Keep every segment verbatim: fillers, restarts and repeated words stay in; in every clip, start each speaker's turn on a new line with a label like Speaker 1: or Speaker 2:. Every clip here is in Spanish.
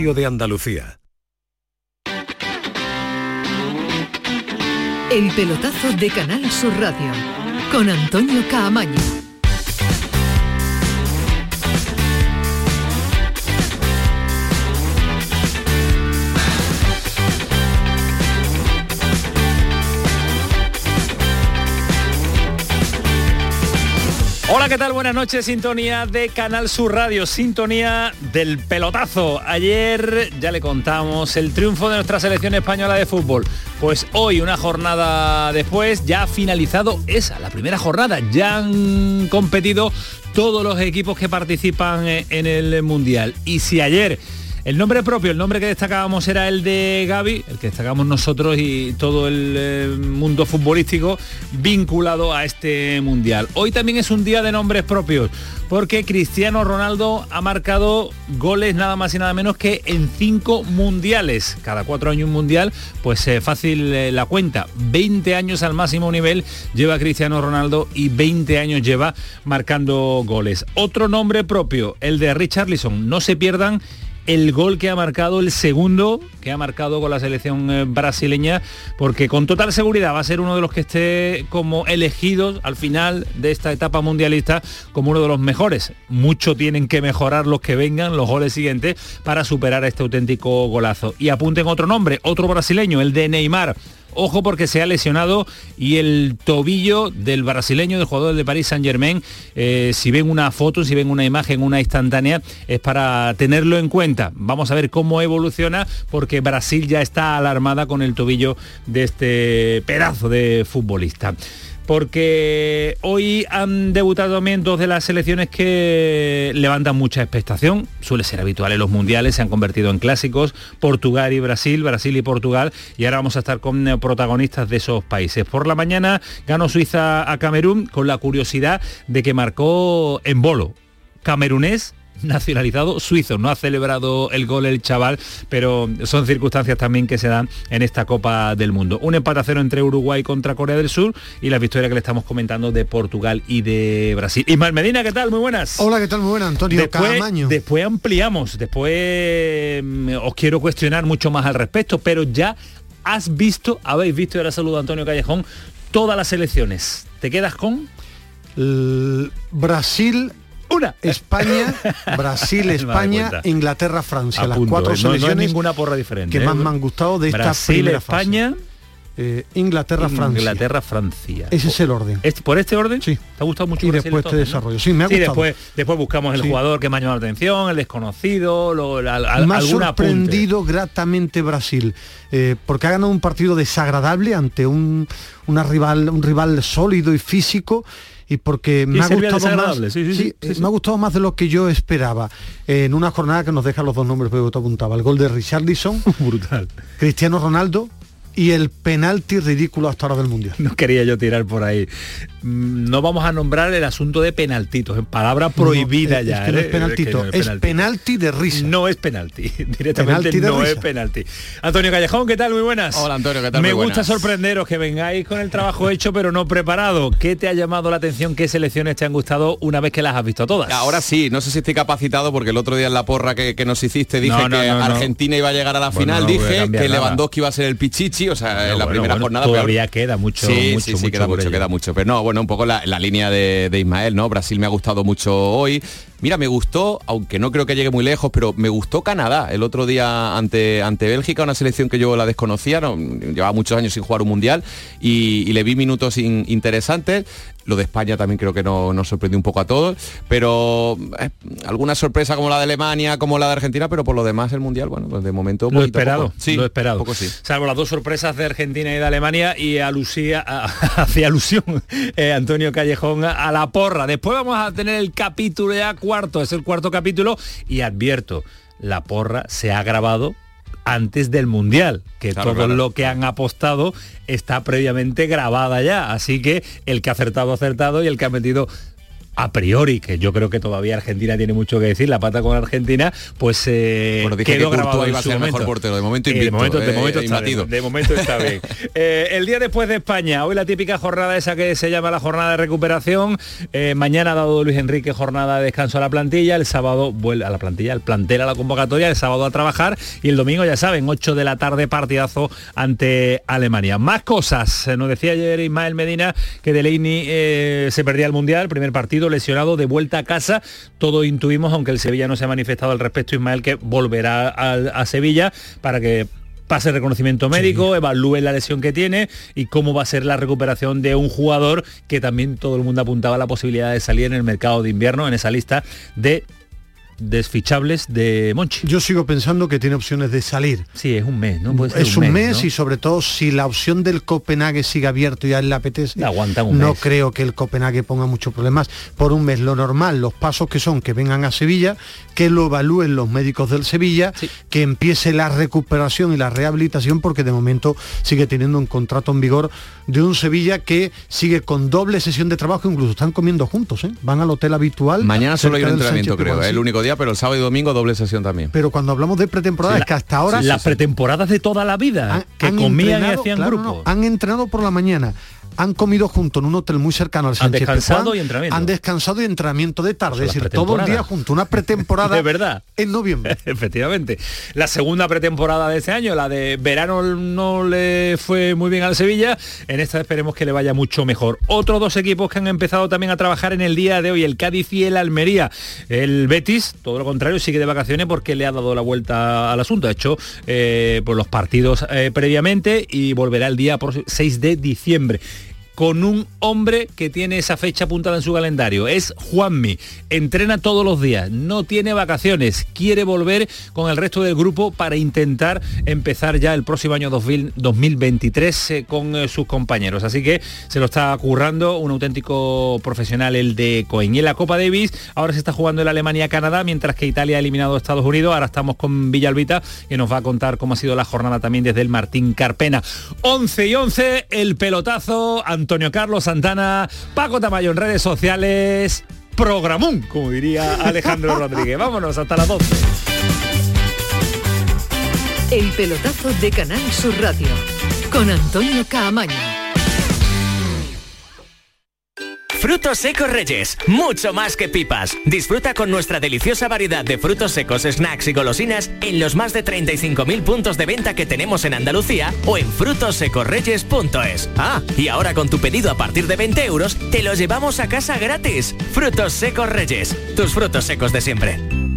Speaker 1: de Andalucía.
Speaker 2: El pelotazo de Canal Sur Radio con Antonio Caamaño.
Speaker 3: Hola, ¿qué tal? Buenas noches, sintonía de Canal Sur Radio, sintonía del pelotazo. Ayer ya le contamos el triunfo de nuestra selección española de fútbol. Pues hoy, una jornada después, ya ha finalizado esa, la primera jornada. Ya han competido todos los equipos que participan en el Mundial. Y si ayer el nombre propio, el nombre que destacábamos era el de Gavi, el que destacamos nosotros y todo el eh, mundo futbolístico vinculado a este Mundial. Hoy también es un día de nombres propios, porque Cristiano Ronaldo ha marcado goles nada más y nada menos que en cinco mundiales. Cada cuatro años un mundial, pues eh, fácil eh, la cuenta. veinte años al máximo nivel lleva Cristiano Ronaldo y veinte años lleva marcando goles. Otro nombre propio, el de Richarlison. No se pierdan el gol que ha marcado, el segundo que ha marcado con la selección eh, brasileña, porque con total seguridad va a ser uno de los que esté como elegidos al final de esta etapa mundialista como uno de los mejores. Mucho tienen que mejorar los que vengan, los goles siguientes, para superar a este auténtico golazo. Y apunten otro nombre, otro brasileño, el de Neymar. Ojo, porque se ha lesionado y el tobillo del brasileño, del jugador del Paris Saint-Germain, eh, si ven una foto, si ven una imagen, una instantánea, es para tenerlo en cuenta. Vamos a ver cómo evoluciona, porque Brasil ya está alarmada con el tobillo de este pedazo de futbolista. Porque hoy han debutado también dos de las selecciones que levantan mucha expectación. Suele ser habitual en los mundiales, se han convertido en clásicos, Portugal y Brasil, Brasil y Portugal, y ahora vamos a estar con protagonistas de esos países. Por la mañana ganó Suiza a Camerún, con la curiosidad de que marcó en bolo, camerunés nacionalizado suizo. No ha celebrado el gol el chaval, pero son circunstancias también que se dan en esta Copa del Mundo. Un empate a cero entre Uruguay contra Corea del Sur y la victoria que le estamos comentando de Portugal y de Brasil. Ismael Medina, ¿qué tal? Muy buenas.
Speaker 4: Hola, ¿qué tal? Muy buenas, Antonio Caamaño.
Speaker 3: Después ampliamos, después os quiero cuestionar mucho más al respecto, pero ya has visto, habéis visto, y ahora saludo a Antonio Callejón, todas las selecciones. ¿Te quedas con?
Speaker 4: El Brasil...
Speaker 3: Una.
Speaker 4: España, Brasil, España, Inglaterra, Francia.
Speaker 3: Apunto,
Speaker 4: las cuatro
Speaker 3: eh, no,
Speaker 4: selecciones
Speaker 3: no hay ninguna porra diferente,
Speaker 4: que
Speaker 3: eh.
Speaker 4: más me han gustado de esta
Speaker 3: Brasil,
Speaker 4: primera
Speaker 3: España,
Speaker 4: fase. Eh, Inglaterra, Francia.
Speaker 3: Inglaterra, Francia.
Speaker 4: Ese es el orden.
Speaker 3: ¿Este, ¿Por este orden?
Speaker 4: Sí.
Speaker 3: ¿Te ha gustado mucho?
Speaker 4: Y
Speaker 3: Brasil
Speaker 4: después
Speaker 3: entonces,
Speaker 4: te desarrollo. ¿no? Sí, me ha
Speaker 3: sí,
Speaker 4: gustado.
Speaker 3: Después, después buscamos el
Speaker 4: sí.
Speaker 3: jugador que más llama la atención, el desconocido, lo, la, la,
Speaker 4: me ha
Speaker 3: algún
Speaker 4: sorprendido
Speaker 3: apunte.
Speaker 4: gratamente Brasil, eh, porque ha ganado un partido desagradable ante un, una rival, un rival sólido y físico, y porque me ha gustado más
Speaker 3: sí, sí, sí,
Speaker 4: sí,
Speaker 3: sí, sí.
Speaker 4: me ha gustado más de lo que yo esperaba, eh, en una jornada que nos deja los dos nombres que te apuntaba, el gol de Richarlison,
Speaker 3: brutal,
Speaker 4: Cristiano Ronaldo, y el penalti ridículo hasta ahora del Mundial.
Speaker 3: No quería yo tirar por ahí. No vamos a nombrar el asunto de penaltitos, en palabra prohibida
Speaker 4: no,
Speaker 3: ya.
Speaker 4: Es que no es penaltito,
Speaker 3: es, que no es,
Speaker 4: es
Speaker 3: penalti.
Speaker 4: penalti de risa.
Speaker 3: No es penalti, directamente
Speaker 4: penalti de
Speaker 3: no
Speaker 4: risa.
Speaker 3: es penalti. Antonio Callejón, ¿qué tal? Muy buenas.
Speaker 5: Hola, Antonio, ¿qué tal?
Speaker 3: Me
Speaker 5: Muy
Speaker 3: gusta
Speaker 5: buenas.
Speaker 3: sorprenderos, que vengáis con el trabajo hecho pero no preparado. ¿Qué te ha llamado la atención? ¿Qué selecciones te han gustado una vez que las has visto todas?
Speaker 5: Ahora sí, no sé si estoy capacitado, porque el otro día en la porra que, que nos hiciste dije
Speaker 3: No, no,
Speaker 5: que
Speaker 3: no, no.
Speaker 5: Argentina iba a llegar a la
Speaker 3: Bueno,
Speaker 5: final,
Speaker 3: no voy a
Speaker 5: dije
Speaker 3: cambiar
Speaker 5: que
Speaker 3: nada.
Speaker 5: Lewandowski iba a ser el pichichi, o sea,
Speaker 3: Bueno,
Speaker 5: en la
Speaker 3: bueno,
Speaker 5: primera
Speaker 3: bueno,
Speaker 5: jornada.
Speaker 3: todavía
Speaker 5: pero...
Speaker 3: queda mucho,
Speaker 5: sí,
Speaker 3: mucho,
Speaker 5: sí, sí,
Speaker 3: mucho
Speaker 5: queda
Speaker 3: por
Speaker 5: mucho,
Speaker 3: ello.
Speaker 5: queda mucho. Pero no, bueno, un poco la, la línea de, de Ismael, ¿no? Brasil me ha gustado mucho hoy. Mira, me gustó, aunque no creo que llegue muy lejos, pero me gustó Canadá el otro día ante, ante Bélgica, una selección que yo la desconocía, ¿no? Llevaba muchos años sin jugar un mundial y, y le vi minutos in, interesantes. Lo de España también creo que no, nos sorprendió un poco a todos, pero eh, alguna sorpresa como la de Alemania, como la de Argentina, pero por lo demás el mundial, bueno, pues de momento
Speaker 3: Lo
Speaker 5: poquito a
Speaker 3: esperado,
Speaker 5: poco. Sí,
Speaker 3: lo esperado.
Speaker 5: Poco sí.
Speaker 3: Salvo las dos sorpresas de Argentina y de Alemania, y alusía, a, hacía alusión eh, Antonio Callejón a, a la porra. Después vamos a tener el capítulo ya cuarto, es el cuarto capítulo, y advierto, la porra se ha grabado antes del Mundial, que
Speaker 5: claro,
Speaker 3: todo
Speaker 5: claro.
Speaker 3: lo que han apostado está previamente grabada ya, así que el que ha acertado, ha acertado, y el que ha metido a priori, que yo creo que todavía Argentina tiene mucho que decir, la pata con Argentina, pues eh,
Speaker 5: bueno, dije
Speaker 3: quedó
Speaker 5: que
Speaker 3: grabado
Speaker 5: iba a ser el mejor portero, de momento invicto,
Speaker 3: de momento, de
Speaker 5: eh,
Speaker 3: momento está
Speaker 5: imbatido.
Speaker 3: bien, de momento está bien. Eh, el día después de España, hoy la típica jornada esa que se llama la jornada de recuperación, eh, mañana ha dado Luis Enrique jornada de descanso a la plantilla, el sábado vuelve a la plantilla, el plantel a la convocatoria, el sábado a trabajar y el domingo, ya saben, ocho de la tarde, partidazo ante Alemania. Más cosas, nos decía ayer Ismael Medina que Delaney eh, se perdía el Mundial, primer partido, lesionado, de vuelta a casa, todo intuimos, aunque el Sevilla no se ha manifestado al respecto, Ismael, que volverá a, a Sevilla para que pase el reconocimiento médico, sí. evalúe la lesión que tiene y cómo va a ser la recuperación de un jugador que también todo el mundo apuntaba a la posibilidad de salir en el mercado de invierno, en esa lista de desfichables de Monchi.
Speaker 4: Yo sigo pensando que tiene opciones de salir.
Speaker 3: Sí, es un mes, ¿no? Puede ser
Speaker 4: es un mes, mes
Speaker 3: ¿no?
Speaker 4: Y sobre todo si la opción del Copenhague sigue abierto y a él le apetece,
Speaker 3: la aguanta un
Speaker 4: no
Speaker 3: mes.
Speaker 4: Creo que el Copenhague ponga muchos problemas por un mes. Lo normal, los pasos que son que vengan a Sevilla, que lo evalúen los médicos del Sevilla, sí. que empiece la recuperación y la rehabilitación, porque de momento sigue teniendo un contrato en vigor de un Sevilla que sigue con doble sesión de trabajo, incluso están comiendo juntos, ¿eh? Van al hotel habitual.
Speaker 5: Mañana solo hay un entrenamiento, creo, ¿eh? El único día, pero el sábado y domingo doble sesión también.
Speaker 4: Pero cuando hablamos de pretemporada, sí, es que hasta ahora...
Speaker 3: Las pretemporadas de toda la vida, han, que han comían y hacían claro, grupo.
Speaker 4: No, han entrenado por la mañana, han comido juntos en un hotel muy cercano al Sánchez
Speaker 3: Han descansado
Speaker 4: Pizjuán,
Speaker 3: y entrenamiento.
Speaker 4: Han descansado y entrenamiento de tarde, es decir, todo el día junto, una pretemporada
Speaker 3: de verdad.
Speaker 4: En noviembre.
Speaker 3: Efectivamente. La segunda pretemporada de este año, la de verano, no le fue muy bien al Sevilla, en esta esperemos que le vaya mucho mejor. Otros dos equipos que han empezado también a trabajar en el día de hoy, el Cádiz y el Almería. El Betis, todo lo contrario, sigue de vacaciones porque le ha dado la vuelta al asunto, ha hecho eh, por los partidos eh, previamente y volverá el día seis de diciembre. Con un hombre que tiene esa fecha apuntada en su calendario, es Juanmi, entrena todos los días, no tiene vacaciones, quiere volver con el resto del grupo para intentar empezar ya el próximo año dos mil veintitrés eh, con eh, sus compañeros, así que se lo está currando, un auténtico profesional el de Cohen. Y en la Copa Davis ahora se está jugando el Alemania-Canadá, mientras que Italia ha eliminado a Estados Unidos. Ahora estamos con Villalbita, que nos va a contar cómo ha sido la jornada también desde el Martín Carpena. once y once, el pelotazo, Antonio Carlos Santana, Paco Tamayo en redes sociales, programón, como diría Alejandro Rodríguez. Vámonos, hasta las doce.
Speaker 2: El pelotazo de Canal Sur Radio, con Antonio Caamaño.
Speaker 1: Frutos secos Reyes, mucho más que pipas. Disfruta con nuestra deliciosa variedad de frutos secos, snacks y golosinas en los más de treinta y cinco mil puntos de venta que tenemos en Andalucía o en frutos secos reyes punto es. Ah, y ahora con tu pedido a partir de veinte euros, te lo llevamos a casa gratis. Frutos secos Reyes, tus frutos secos de siempre.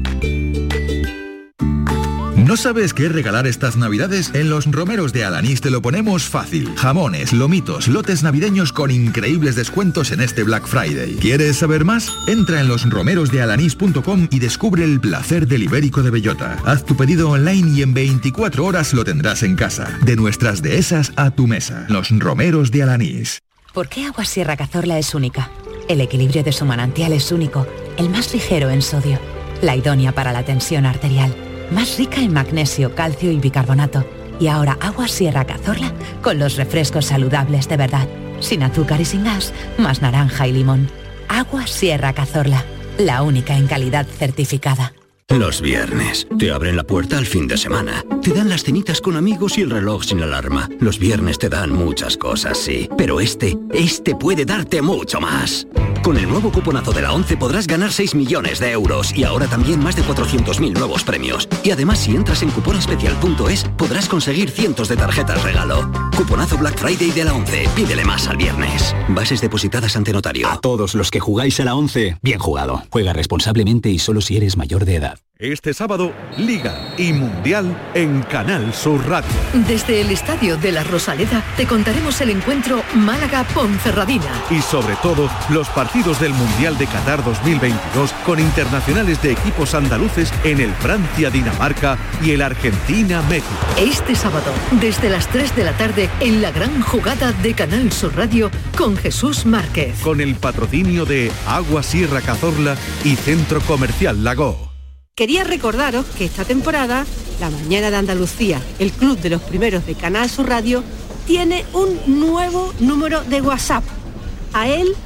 Speaker 6: ¿No sabes qué regalar estas navidades? En los romeros de Alanís te lo ponemos fácil. Jamones, lomitos, lotes navideños con increíbles descuentos en este Black Friday. ¿Quieres saber más? Entra en los romeros de alanís punto com y descubre el placer del ibérico de bellota. Haz tu pedido online y en veinticuatro horas lo tendrás en casa. De nuestras dehesas a tu mesa. Los romeros de Alanís.
Speaker 7: ¿Por qué Agua Sierra Cazorla es única? El equilibrio de su manantial es único, el más ligero en sodio, la idónea para la tensión arterial, más rica en magnesio, calcio y bicarbonato. Y ahora Agua Sierra Cazorla con los refrescos saludables de verdad, sin azúcar y sin gas, más naranja y limón. Agua Sierra Cazorla, la única en calidad certificada.
Speaker 8: Los viernes. Te abren la puerta al fin de semana. Te dan las cenitas con amigos y el reloj sin alarma. Los viernes te dan muchas cosas, sí. Pero este, este puede darte mucho más. Con el nuevo cuponazo de la ONCE podrás ganar seis millones de euros y ahora también más de cuatrocientos mil nuevos premios. Y además, si entras en cuponespecial punto es, podrás conseguir cientos de tarjetas regalo. Cuponazo Black Friday de la ONCE. Pídele más al viernes. Bases depositadas ante notario.
Speaker 9: A todos los que jugáis a la ONCE, bien jugado. Juega responsablemente y solo si eres mayor de edad.
Speaker 10: Este sábado, Liga y Mundial en Canal Sur Radio.
Speaker 2: Desde el Estadio de la Rosaleda te contaremos el encuentro Málaga-Ponferradina.
Speaker 10: Y sobre todo, los partidos del Mundial de Qatar dos mil veintidós con internacionales de equipos andaluces en el Francia-Dinamarca y el Argentina-México.
Speaker 2: Este sábado, desde las tres de la tarde, en la gran jugada de Canal Sur Radio con Jesús Márquez.
Speaker 10: Con el patrocinio de Agua Sierra Cazorla y Centro Comercial Lago.
Speaker 11: Quería recordaros que esta temporada, La Mañana de Andalucía, el club de los primeros de Canal Sur Radio, tiene un nuevo número de WhatsApp. A él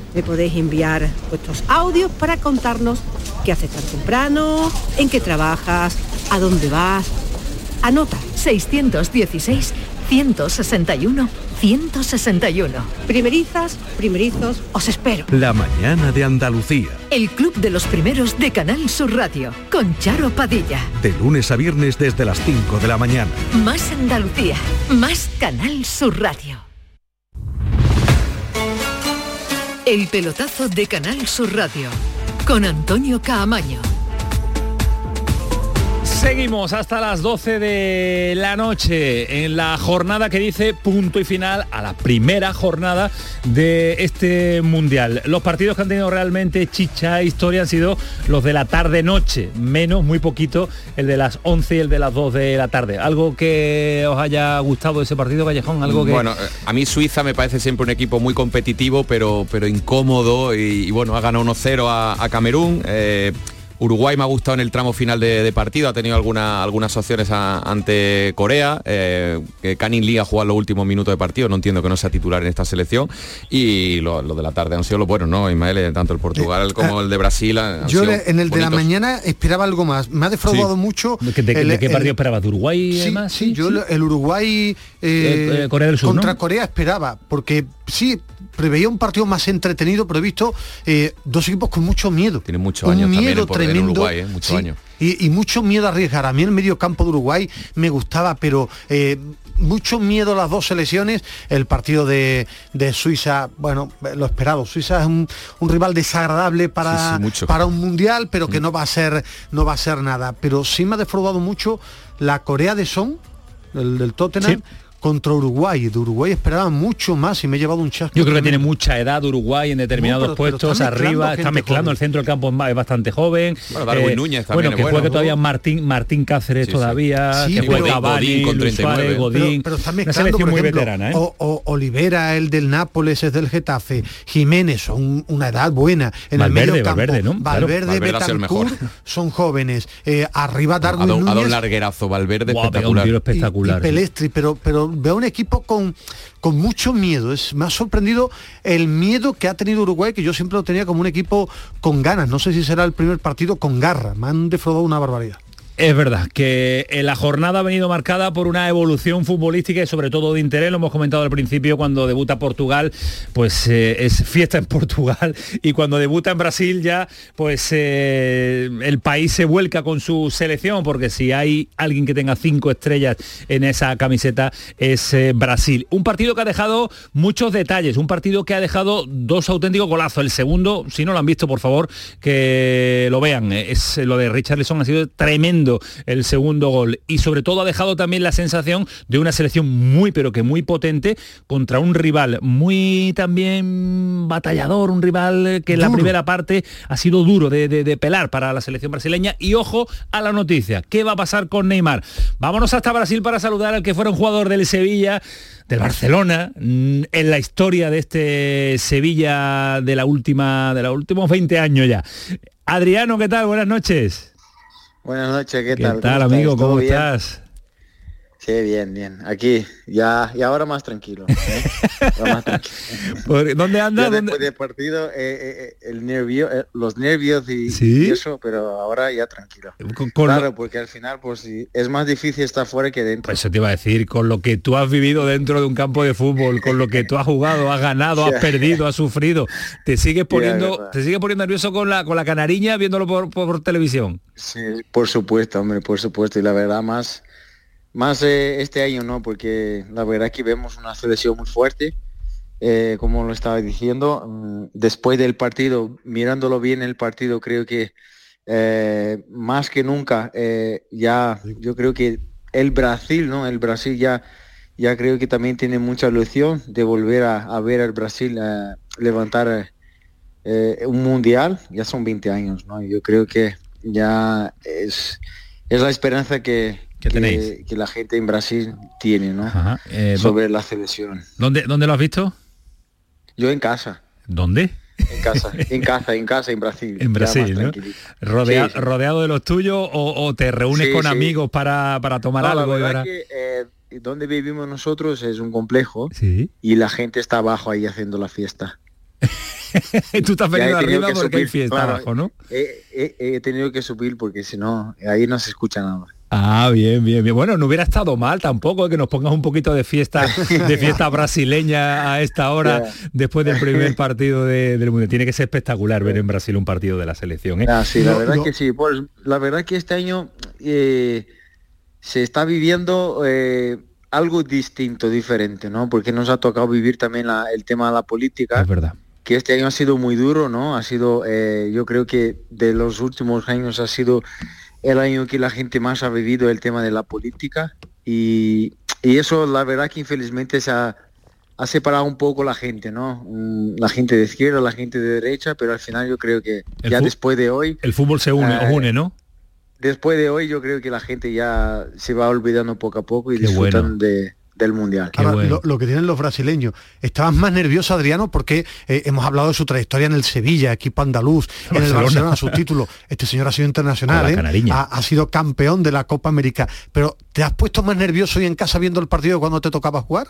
Speaker 11: Me podéis enviar vuestros audios para contarnos qué haces tan temprano, en qué trabajas, a dónde vas. Anota.
Speaker 2: seiscientos dieciséis, ciento sesenta y uno, ciento sesenta y uno.
Speaker 11: Primerizas, primerizos, os espero.
Speaker 10: La mañana de Andalucía.
Speaker 2: El club de los primeros de Canal Sur Radio, con Charo Padilla.
Speaker 10: De lunes a viernes desde las cinco de la mañana.
Speaker 2: Más Andalucía, más Canal Sur Radio. El pelotazo de Canal Sur Radio, con Antonio Caamaño.
Speaker 3: Seguimos hasta las doce de la noche en la jornada que dice punto y final a la primera jornada de este Mundial. Los partidos que han tenido realmente chicha e historia han sido los de la tarde-noche, menos, muy poquito, el de las once y el de las dos de la tarde. ¿Algo que os haya gustado de ese partido, Callejón? ¿Algo que...
Speaker 5: Bueno, a mí Suiza me parece siempre un equipo muy competitivo, pero, pero incómodo y, y bueno, ha ganado uno cero a, a Camerún. Eh, Uruguay me ha gustado en el tramo final de, de partido, ha tenido alguna, algunas opciones a, ante Corea, eh, que Canin Lee ha jugado los últimos minutos de partido, no entiendo que no sea titular en esta selección, y lo, lo de la tarde han sido los buenos, ¿no, Ismael? Tanto el Portugal como el de Brasil han
Speaker 4: Yo
Speaker 5: sido
Speaker 4: en el de
Speaker 5: bonitos.
Speaker 4: la mañana esperaba algo más, me ha defraudado
Speaker 3: Sí.
Speaker 4: mucho.
Speaker 3: ¿De, de,
Speaker 4: el,
Speaker 3: de qué
Speaker 4: el,
Speaker 3: partido esperabas? ¿De Uruguay
Speaker 4: sí,
Speaker 3: además?
Speaker 4: Sí, yo el, el Uruguay eh,
Speaker 3: Eh, eh, Corea del Sur,
Speaker 4: contra
Speaker 3: ¿no?
Speaker 4: Corea esperaba, porque sí, preveía un partido más entretenido, pero he visto eh, dos equipos con mucho miedo.
Speaker 5: Tienen muchos
Speaker 4: un
Speaker 5: años
Speaker 4: miedo
Speaker 5: también en, por- en
Speaker 4: tremendo,
Speaker 5: Uruguay, ¿eh? Muchos
Speaker 4: sí,
Speaker 5: años.
Speaker 4: Y, y mucho miedo a arriesgar. A mí el medio campo de Uruguay me gustaba, pero eh, mucho miedo a las dos selecciones. El partido de, de Suiza, bueno, lo esperado. Suiza es un, un rival desagradable para,
Speaker 5: Sí, sí, mucho.
Speaker 4: para un mundial, pero que no va a ser, no va a ser nada. Pero sí me ha defraudado mucho la Corea de Son, el del Tottenham.
Speaker 3: Sí.
Speaker 4: Contra Uruguay. De Uruguay esperaba mucho más y me he llevado un chasco.
Speaker 3: Yo creo que
Speaker 4: tremendo.
Speaker 3: tiene mucha edad Uruguay en determinados
Speaker 4: No, pero- pero
Speaker 3: puestos,
Speaker 4: está mezclando
Speaker 3: arriba, está
Speaker 4: gente
Speaker 3: mezclando,
Speaker 4: joven.
Speaker 3: el centro del campo es ma- es bastante joven.
Speaker 5: Bueno, Darwin Núñez también
Speaker 3: bueno,
Speaker 5: es
Speaker 3: que
Speaker 5: bueno,
Speaker 3: juegue
Speaker 5: ¿no?
Speaker 3: todavía Martín Martín Cáceres
Speaker 5: Sí, sí.
Speaker 3: todavía,
Speaker 4: Sí,
Speaker 3: que
Speaker 4: pero-
Speaker 3: juega Cavani,
Speaker 5: Godín con
Speaker 3: Luis
Speaker 5: treinta y nueve.
Speaker 3: Suárez, Godín.
Speaker 4: Pero, pero está
Speaker 3: Una
Speaker 4: mezclando,
Speaker 3: selección
Speaker 4: por
Speaker 3: muy
Speaker 4: ejemplo,
Speaker 3: veterana, ¿eh?
Speaker 4: o, o- Olivera, el del Nápoles, es del Getafe, Jiménez, son una edad buena. En
Speaker 3: Valverde,
Speaker 4: el medio campo,
Speaker 3: Valverde, ¿no? Claro.
Speaker 4: Valverde,
Speaker 5: Valverde ha sido el
Speaker 4: Betancourt,
Speaker 5: mejor.
Speaker 4: son jóvenes. Eh, arriba Darwin
Speaker 5: Ha dado, ha dado un
Speaker 4: Núñez
Speaker 5: larguerazo Valverde
Speaker 3: Guau, pega un
Speaker 5: espectacular.
Speaker 3: tiro
Speaker 4: y,
Speaker 3: espectacular.
Speaker 4: y Pelestri, pero, pero veo un equipo con, con mucho miedo. Es, me ha sorprendido el miedo que ha tenido Uruguay, que yo siempre lo tenía como un equipo con ganas. No sé si será el primer partido con garra. Me han defraudado una barbaridad.
Speaker 3: Es verdad que la jornada ha venido marcada por una evolución futbolística y sobre todo de interés, lo hemos comentado al principio, cuando debuta Portugal, pues eh, es fiesta en Portugal, y cuando debuta en Brasil ya, pues eh, el país se vuelca con su selección, porque si hay alguien que tenga cinco estrellas en esa camiseta es eh, Brasil. Un partido que ha dejado muchos detalles, un partido que ha dejado dos auténticos golazos. El segundo, si no lo han visto, por favor, que lo vean. Es lo de Richarlison, ha sido tremendo el segundo gol, y sobre todo ha dejado también la sensación de una selección muy pero que muy potente contra un rival muy también batallador, un rival que en la
Speaker 4: Duro.
Speaker 3: primera parte ha sido duro de, de- de pelar para la selección brasileña. Y ojo a la noticia, ¿qué va a pasar con Neymar? Vámonos hasta Brasil para saludar al que fuera un jugador del Sevilla, del Barcelona, mm, en la historia de este Sevilla de la última de los últimos veinte años ya. Adriano, ¿qué tal? Buenas noches.
Speaker 12: Buenas noches, ¿qué,
Speaker 3: ¿Qué
Speaker 12: tal?
Speaker 3: tal,
Speaker 12: ¿Cómo
Speaker 3: amigo?
Speaker 12: estáis? ¿Todo
Speaker 3: ¿Cómo
Speaker 12: bien?
Speaker 3: estás?
Speaker 12: Sí, bien, bien. Aquí, ya, y ahora más tranquilo. ¿eh? Ahora más tranquilo.
Speaker 3: ¿Por- ¿Dónde andas?
Speaker 12: Ya
Speaker 3: ¿Dónde-
Speaker 12: después del partido, eh, eh, eh, el nervio, eh, los nervios y,
Speaker 3: ¿Sí?
Speaker 12: y eso, pero ahora ya tranquilo.
Speaker 3: Con- con
Speaker 12: claro,
Speaker 3: lo-
Speaker 12: porque al final, pues sí, es más difícil estar fuera que dentro.
Speaker 3: Pues eso te iba a decir, con lo que tú has vivido dentro de un campo de fútbol, con lo que tú has jugado, has ganado, has
Speaker 12: Ya.
Speaker 3: perdido, has sufrido, te sigues
Speaker 12: Ya,
Speaker 3: poniendo,
Speaker 12: verdad.
Speaker 3: te sigues poniendo nervioso con la con la canariña viéndolo por, por televisión.
Speaker 12: Sí, por supuesto, hombre, por supuesto. Y la verdad, más, más eh, este año, ¿no? Porque la verdad que vemos una selección muy fuerte, eh, como lo estaba diciendo. Mm, Después del partido, mirándolo bien el partido, creo que eh, más que nunca, eh, ya, yo creo que el Brasil, ¿no? El Brasil ya, ya creo que también tiene mucha ilusión de volver a, a ver al Brasil eh, levantar eh, un mundial. Ya son veinte años, ¿no? Yo creo que ya es, es la esperanza que,
Speaker 3: ¿Qué
Speaker 12: que,
Speaker 3: tenéis?
Speaker 12: que la gente en Brasil tiene, ¿no?
Speaker 3: Ajá. Eh, ¿dó-
Speaker 12: Sobre la selección.
Speaker 3: ¿dónde, ¿Dónde lo has visto?
Speaker 12: Yo en casa,
Speaker 3: ¿Dónde?
Speaker 12: en casa, en casa, en casa, en Brasil.
Speaker 3: En
Speaker 12: ya
Speaker 3: Brasil,
Speaker 12: más
Speaker 3: ¿no?
Speaker 12: tranquilito.
Speaker 3: Rodea-
Speaker 12: Sí, sí.
Speaker 3: ¿Rodeado de los tuyos o, o te reúnes
Speaker 12: Sí,
Speaker 3: con
Speaker 12: sí.
Speaker 3: amigos para, para tomar
Speaker 12: No, la
Speaker 3: algo? y
Speaker 12: verdad
Speaker 3: ahora-
Speaker 12: que eh, donde vivimos nosotros es un complejo
Speaker 3: Sí.
Speaker 12: y la gente está abajo ahí haciendo la fiesta.
Speaker 3: Tú te has venido arriba porque
Speaker 12: subir,
Speaker 3: hay fiesta
Speaker 12: claro,
Speaker 3: abajo, ¿no?
Speaker 12: He, he, he tenido que subir porque si no, ahí no se escucha nada.
Speaker 3: Ah, bien, bien, bien. Bueno, no hubiera estado mal tampoco que nos pongas un poquito de fiesta, de fiesta brasileña a esta hora, yeah. después del primer partido de, del mundo. Tiene que ser espectacular ver en Brasil un partido de la selección, ¿eh?
Speaker 12: Ah, sí, la verdad no. que sí. Pues la verdad que este año eh, se está viviendo eh, algo distinto, diferente, ¿no? Porque nos ha tocado vivir también la, el tema de la política.
Speaker 3: Es verdad.
Speaker 12: Que este año ha sido muy duro, ¿no? Ha sido, eh, yo creo que de los últimos años ha sido el año que la gente más ha vivido el tema de la política y, y eso la verdad que infelizmente se ha, ha separado un poco la gente, ¿no? La gente de izquierda, la gente de derecha, pero al final yo creo que el ya después de hoy...
Speaker 3: El fútbol se une, eh, une, ¿no?
Speaker 12: Después de hoy yo creo que la gente ya se va olvidando poco a poco y Qué disfrutan bueno. de... del Mundial.
Speaker 4: Ahora, bueno. lo, lo que tienen los brasileños. Estabas más nervioso, Adriano, porque eh, hemos hablado de su trayectoria en el Sevilla, equipo andaluz, Barcelona. En el Barcelona, sus títulos. Este señor ha sido internacional, ¿eh? ha, ha sido campeón de la Copa América. Pero ¿te has puesto más nervioso hoy en casa viendo el partido cuando te tocaba jugar?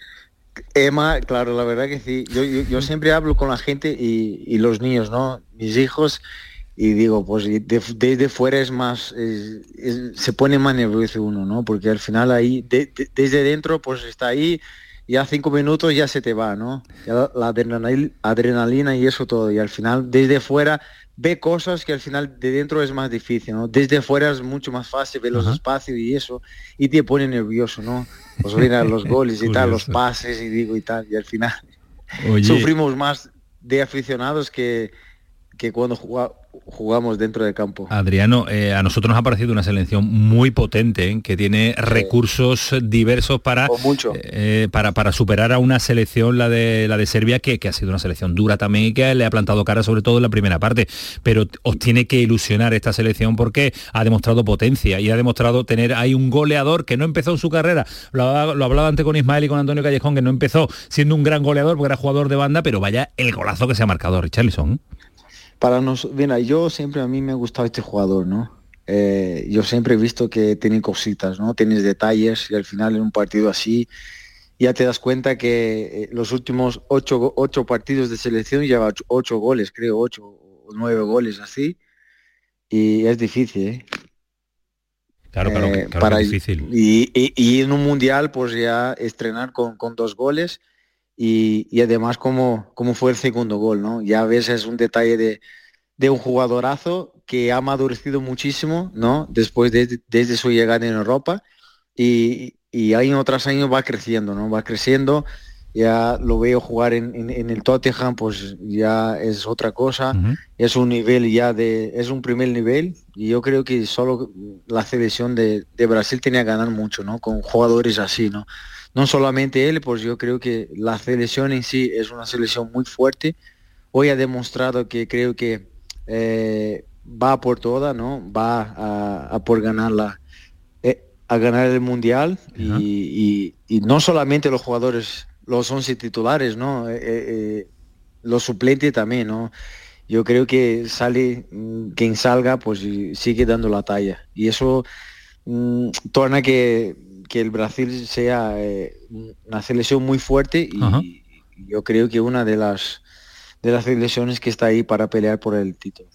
Speaker 12: Emma, claro, la verdad que sí. Yo, yo, yo siempre hablo con la gente y, y los niños, ¿no? Mis hijos. Y digo, pues desde de, de fuera es más, es, es, se pone más nervioso uno, ¿no? Porque al final ahí, de, de, desde dentro, pues está ahí, ya cinco minutos ya se te va, ¿no? Ya la adrenalina, adrenalina y eso todo. Y al final, desde fuera, ve cosas que al final de dentro es más difícil, ¿no? Desde fuera es mucho más fácil ver los Ajá. espacios y eso, y te pone nervioso, ¿no? Pues mirar los goles y tal, los pases y digo y tal, y al final Oye. sufrimos más de aficionados que, que cuando jugamos jugamos dentro del campo.
Speaker 3: Adriano, eh, a nosotros nos ha parecido una selección muy potente, ¿eh? que tiene sí. recursos diversos para, eh, para para superar a una selección, la de la de Serbia, que, que ha sido una selección dura también y que le ha plantado cara sobre todo en la primera parte. Pero os tiene que ilusionar esta selección porque ha demostrado potencia y ha demostrado tener ahí un goleador que no empezó en su carrera. Lo, lo hablaba antes con Ismael y con Antonio Callejón, que no empezó siendo un gran goleador porque era jugador de banda, pero vaya el golazo que se ha marcado Richarlison.
Speaker 12: Para nosotros, mira, yo siempre a mí me ha gustado este jugador, ¿no? Eh, yo siempre he visto que tiene cositas, ¿no? Tienes detalles y al final en un partido así ya te das cuenta que eh, los últimos ocho, ocho partidos de selección lleva ocho, ocho goles, creo, ocho o nueve goles así y es difícil, ¿eh?
Speaker 3: Claro, claro,
Speaker 12: eh,
Speaker 3: claro
Speaker 12: para,
Speaker 3: que es difícil.
Speaker 12: Y, y, y en un mundial pues ya estrenar con, con dos goles. Y, y además como, como fue el segundo gol, ¿no? Ya ves, es un detalle de, de un jugadorazo que ha madurecido muchísimo, ¿no? Después de, desde su llegada en Europa y, y año tras año va creciendo, ¿no? Va creciendo, ya lo veo jugar en, en, en el Tottenham, pues ya es otra cosa, uh-huh. es un nivel ya de, es un primer nivel y yo creo que solo la selección de, de Brasil tenía que ganar mucho, ¿no? Con jugadores así, ¿no? No solamente él, pues yo creo que la selección en sí es una selección muy fuerte. Hoy ha demostrado que creo que eh, va por toda, ¿no? Va a, a por ganarla, eh, a ganar el mundial uh-huh. y, y, y no solamente los jugadores, los once titulares, ¿no? Eh, eh, los suplentes también, ¿no? Yo creo que sale quien salga, pues sigue dando la talla y eso mmm, torna que que el Brasil sea eh, una selección muy fuerte y Ajá. yo creo que una de las de las selecciones que está ahí para pelear por el título.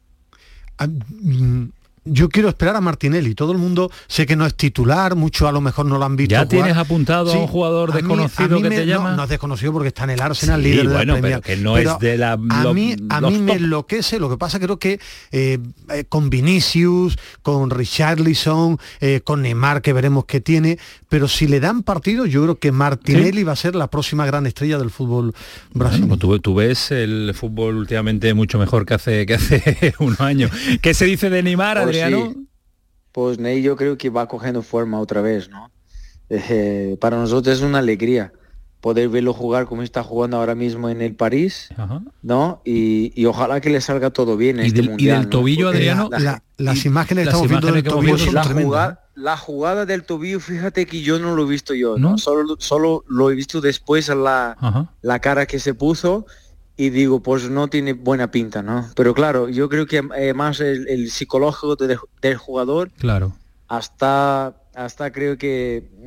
Speaker 4: Ah, mm, yo quiero esperar a Martinelli. Todo el mundo sé que no es titular, muchos a lo mejor no lo han visto
Speaker 3: ¿Ya
Speaker 4: jugar.
Speaker 3: Tienes apuntado sí, a un jugador desconocido
Speaker 4: mí,
Speaker 3: que
Speaker 4: me,
Speaker 3: te llama?
Speaker 4: No, no es desconocido porque está en el Arsenal,
Speaker 3: sí,
Speaker 4: líder
Speaker 3: bueno,
Speaker 4: de la Premier.
Speaker 3: Pero que no
Speaker 4: pero
Speaker 3: es de la...
Speaker 4: A
Speaker 3: lo,
Speaker 4: mí, a mí me enloquece, lo que pasa creo que eh, eh, con Vinicius, con Richarlison, eh, con Neymar, que veremos qué tiene, pero si le dan partido, yo creo que Martinelli ¿Sí? va a ser la próxima gran estrella del fútbol brasileño.
Speaker 3: Bueno, tú, tú ves el fútbol últimamente mucho mejor que hace, que hace unos años. ¿Qué se dice de Neymar,
Speaker 12: pues
Speaker 3: Adriano?
Speaker 12: Sí. Pues Ney yo creo que va cogiendo forma otra vez, ¿no? Eh, para nosotros es una alegría poder verlo jugar como está jugando ahora mismo en el París, Ajá. ¿no? Y, y ojalá que le salga todo bien en
Speaker 3: ¿Y
Speaker 12: este
Speaker 3: del,
Speaker 12: mundial.
Speaker 3: Y del tobillo, ¿no? Adriano.
Speaker 4: La, la, las imágenes
Speaker 3: las
Speaker 4: estamos
Speaker 3: imágenes
Speaker 4: viendo del tobillo son
Speaker 12: la
Speaker 4: tremendas.
Speaker 12: Jugada, la jugada del tobillo, fíjate que yo no lo he visto yo, ¿no? ¿No? Solo, solo lo he visto después la, la cara que se puso y digo, pues no tiene buena pinta, ¿no? Pero claro, yo creo que eh, más el, el psicológico de, del jugador,
Speaker 3: claro,
Speaker 12: hasta, hasta creo que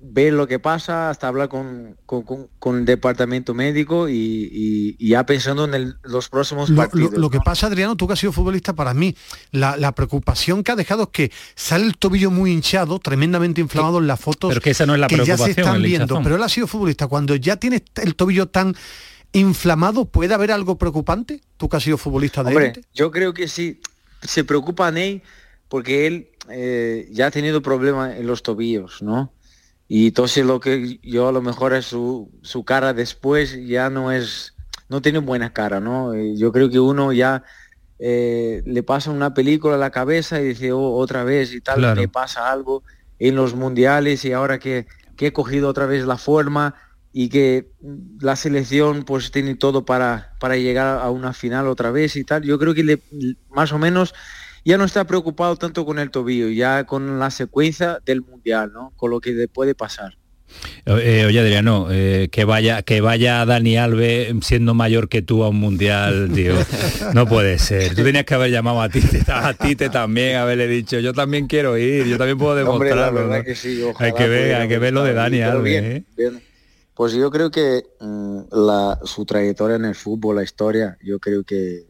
Speaker 12: ver lo que pasa, hasta hablar con, con, con, con el departamento médico y, y, y ya pensando en el, los próximos
Speaker 4: lo,
Speaker 12: partidos.
Speaker 4: Lo, lo
Speaker 12: ¿no?
Speaker 4: que pasa, Adriano, tú que has sido futbolista, para mí, la, la preocupación que ha dejado es que sale el tobillo muy hinchado, tremendamente inflamado en las fotos.
Speaker 3: Pero que esa no es la
Speaker 4: que ya se
Speaker 3: preocupación,
Speaker 4: están
Speaker 3: el
Speaker 4: viendo.
Speaker 3: hinchazón.
Speaker 4: Pero él ha sido futbolista. Cuando ya tienes el tobillo tan inflamado, ¿puede haber algo preocupante? Tú que has sido futbolista de
Speaker 12: Hombre,
Speaker 4: élite.
Speaker 12: yo creo que sí. Se preocupa Ney porque él eh, ya ha tenido problemas en los tobillos, ¿no? Y entonces lo que yo a lo mejor es su, su cara después ya no es, no tiene buena cara, ¿no? Y yo creo que uno ya eh, le pasa una película a la cabeza y dice, oh, otra vez y tal,
Speaker 3: Claro.
Speaker 12: me pasa algo en los mundiales y ahora que, que he cogido otra vez la forma y que la selección pues tiene todo para, para llegar a una final otra vez y tal, yo creo que le, más o menos ya no está preocupado tanto con el tobillo, ya con la secuencia del mundial, ¿no? Con lo que le puede pasar.
Speaker 3: Eh, oye, Adriano, eh, que vaya que vaya Dani Alves siendo mayor que tú a un mundial, tío. No puede ser. Tú tenías que haber llamado a ti, a ti te también, haberle dicho, yo también quiero ir, yo también puedo demostrarlo.
Speaker 12: Hombre, la verdad
Speaker 3: ¿no?
Speaker 12: que sí,
Speaker 3: hay que ver, hay que ver lo de Dani
Speaker 12: Pero
Speaker 3: Alves.
Speaker 12: bien,
Speaker 3: ¿eh?
Speaker 12: bien. Pues yo creo que mmm, la, su trayectoria en el fútbol, la historia, yo creo que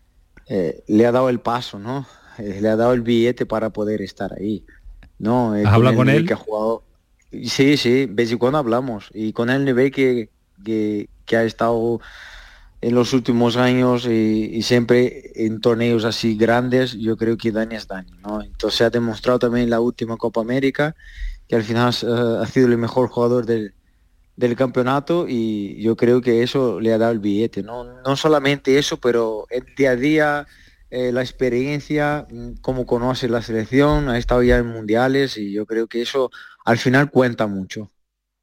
Speaker 12: eh, le ha dado el paso, ¿no? Eh, le ha dado el billete para poder estar ahí. ¿No? Eh,
Speaker 3: ¿Has hablado
Speaker 12: el
Speaker 3: con
Speaker 12: nivel
Speaker 3: él?
Speaker 12: Que ha jugado. Sí, sí, de vez en cuando hablamos. Y con el nivel que, que, que ha estado en los últimos años y, y siempre en torneos así grandes, yo creo que Dani es Dani, ¿no? Entonces ha demostrado también en la última Copa América que al final uh, ha sido el mejor jugador del, del campeonato y yo creo que eso le ha dado el billete, ¿no? No solamente eso, pero el día a día, eh, la experiencia, cómo conoce la selección, ha estado ya en mundiales y yo creo que eso al final cuenta mucho.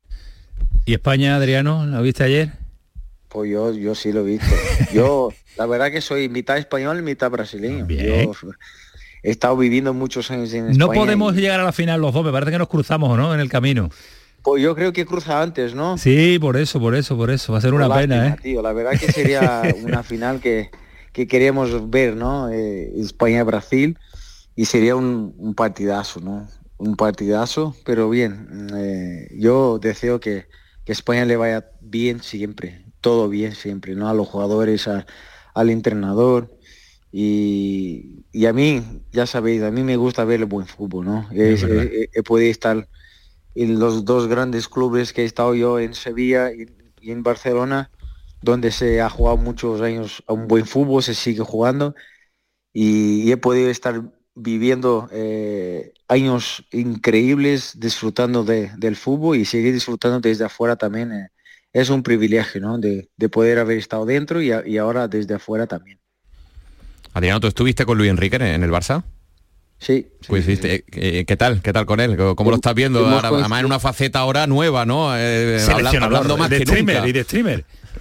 Speaker 3: ¿Y España, Adriano, la viste ayer?
Speaker 12: Pues yo, yo sí lo he visto. Yo, la verdad que soy mitad español y mitad brasileño.
Speaker 3: Bien.
Speaker 12: Yo he estado viviendo muchos años en España.
Speaker 3: No podemos
Speaker 12: y,
Speaker 3: llegar a la final los dos, me parece que nos cruzamos, ¿no? En el camino.
Speaker 12: Pues yo creo que cruza antes, ¿no?
Speaker 3: Sí, por eso, por eso, por eso. Va a ser una
Speaker 12: Lástima,
Speaker 3: pena, ¿eh?
Speaker 12: Tío, la verdad que sería una final que, que queríamos ver, ¿no? Eh, España-Brasil y sería un, un partidazo, ¿no? Un partidazo, pero bien. Eh, yo deseo que, que España le vaya bien siempre, todo bien siempre, ¿no? A los jugadores, a, al entrenador. Y, y a mí, ya sabéis, a mí me gusta ver el buen fútbol, ¿no?
Speaker 3: Es
Speaker 12: He, he, he podido estar en los dos grandes clubes que he estado yo en Sevilla y, y en Barcelona, donde se ha jugado muchos años a un buen fútbol, se sigue jugando, y, y he podido estar viviendo eh, años increíbles, disfrutando de, del fútbol y seguir disfrutando desde afuera también. Eh, es un privilegio, ¿no? De, de poder haber estado dentro y, a, y ahora desde afuera también.
Speaker 5: Adriano, ¿tú estuviste con Luis Enrique en el Barça?
Speaker 12: Sí.
Speaker 5: Pues
Speaker 12: sí,
Speaker 5: viste,
Speaker 12: sí.
Speaker 5: eh, ¿qué tal? ¿Qué tal con él? ¿Cómo lo estás viendo?
Speaker 12: Hemos
Speaker 5: Ahora, además en una faceta ahora nueva, ¿no? Eh, hablando, hablando más
Speaker 3: de
Speaker 5: que
Speaker 3: streamer
Speaker 5: nunca.
Speaker 3: y de streamer.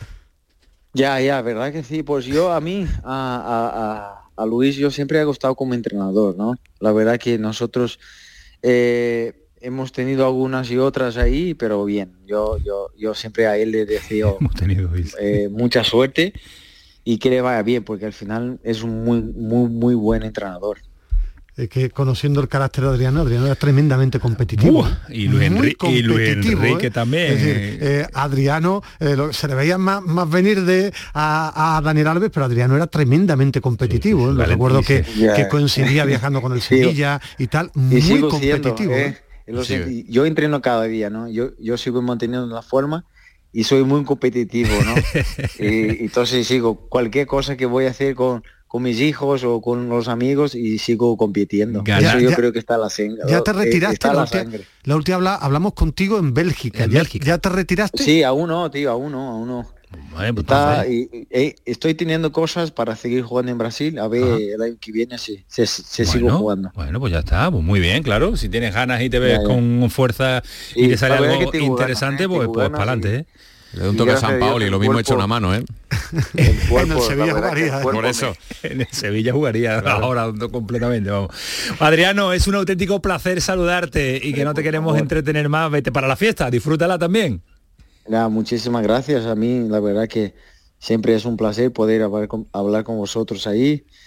Speaker 12: Ya, ya, verdad que sí. Pues yo a mí, a, a, a, a Luis, yo siempre he gustado como entrenador, ¿no? La verdad que nosotros eh, hemos tenido algunas y otras ahí, pero bien. Yo, yo, yo siempre a él le deseo
Speaker 3: Hemos tenido
Speaker 12: eh, mucha suerte y que le vaya bien, porque al final es un muy, muy, muy buen entrenador.
Speaker 4: Es que conociendo el carácter de Adriano, Adriano era tremendamente competitivo.
Speaker 3: Buah, y Luis,
Speaker 4: Muy
Speaker 3: Enri y Luis
Speaker 4: competitivo,
Speaker 3: Enrique
Speaker 4: ¿eh?
Speaker 3: también.
Speaker 4: Es decir, eh, Adriano, eh, lo, se le veía más, más venir de a, a Daniel Alves, pero Adriano era tremendamente competitivo.
Speaker 3: Sí, sí,
Speaker 4: ¿eh? Lo
Speaker 3: vale,
Speaker 4: recuerdo que,
Speaker 12: yeah.
Speaker 4: que coincidía viajando con el Sevilla y tal, muy
Speaker 12: y sigo
Speaker 4: competitivo.
Speaker 12: Siendo,
Speaker 4: ¿eh?
Speaker 12: ¿eh? Lo sí. Yo entreno cada día, ¿no? Yo, yo sigo manteniendo la forma y soy muy competitivo, ¿no? y, entonces sigo cualquier cosa que voy a hacer con, con mis hijos o con los amigos y sigo compitiendo.
Speaker 3: Ya,
Speaker 12: Eso yo
Speaker 4: ya,
Speaker 12: creo que está en la sangre.
Speaker 4: Ya te retiraste,
Speaker 12: está
Speaker 4: la,
Speaker 12: la,
Speaker 4: última,
Speaker 12: sangre.
Speaker 4: la última habla, hablamos contigo en Bélgica.
Speaker 3: En
Speaker 4: ¿Ya,
Speaker 3: Bélgica.
Speaker 4: ¿Ya te retiraste?
Speaker 12: Sí, aún no, tío, aún no, aún no.
Speaker 3: Bueno, pues
Speaker 12: Está,
Speaker 3: pasa,
Speaker 12: y, y, y, estoy teniendo cosas para seguir jugando en Brasil, a ver
Speaker 3: Ajá.
Speaker 12: el año que viene si se, se
Speaker 3: bueno,
Speaker 12: sigo jugando.
Speaker 3: Bueno, pues ya está, pues muy bien, claro. Si tienes ganas y te ves
Speaker 12: Ya, ya.
Speaker 3: con fuerza y,
Speaker 12: Y
Speaker 3: te sale
Speaker 12: la verdad
Speaker 3: algo
Speaker 12: que tengo
Speaker 3: interesante,
Speaker 12: ganas, ¿eh?
Speaker 3: pues,
Speaker 12: Tengo
Speaker 3: pues
Speaker 12: ganas
Speaker 3: para adelante,
Speaker 12: y-
Speaker 3: ¿eh?
Speaker 5: Le da un
Speaker 12: Y
Speaker 5: toque a
Speaker 12: gracias
Speaker 5: San
Speaker 12: a Dios,
Speaker 5: Paolo y
Speaker 12: el
Speaker 5: lo mismo
Speaker 12: cuerpo-
Speaker 5: echa una mano, ¿eh?
Speaker 12: El cuerpo,
Speaker 4: En el Sevilla
Speaker 12: la verdad que
Speaker 4: jugaría,
Speaker 12: el
Speaker 4: ¿eh?
Speaker 12: cuerpo
Speaker 5: Por eso.
Speaker 3: En el Sevilla jugaría ahora completamente, vamos. Adriano, es un auténtico placer saludarte y que no te
Speaker 12: por
Speaker 3: queremos
Speaker 12: favor.
Speaker 3: entretener más. Vete para la fiesta, disfrútala también.
Speaker 12: Nada, muchísimas gracias. A mí la verdad que siempre es un placer poder hablar con, hablar con vosotros ahí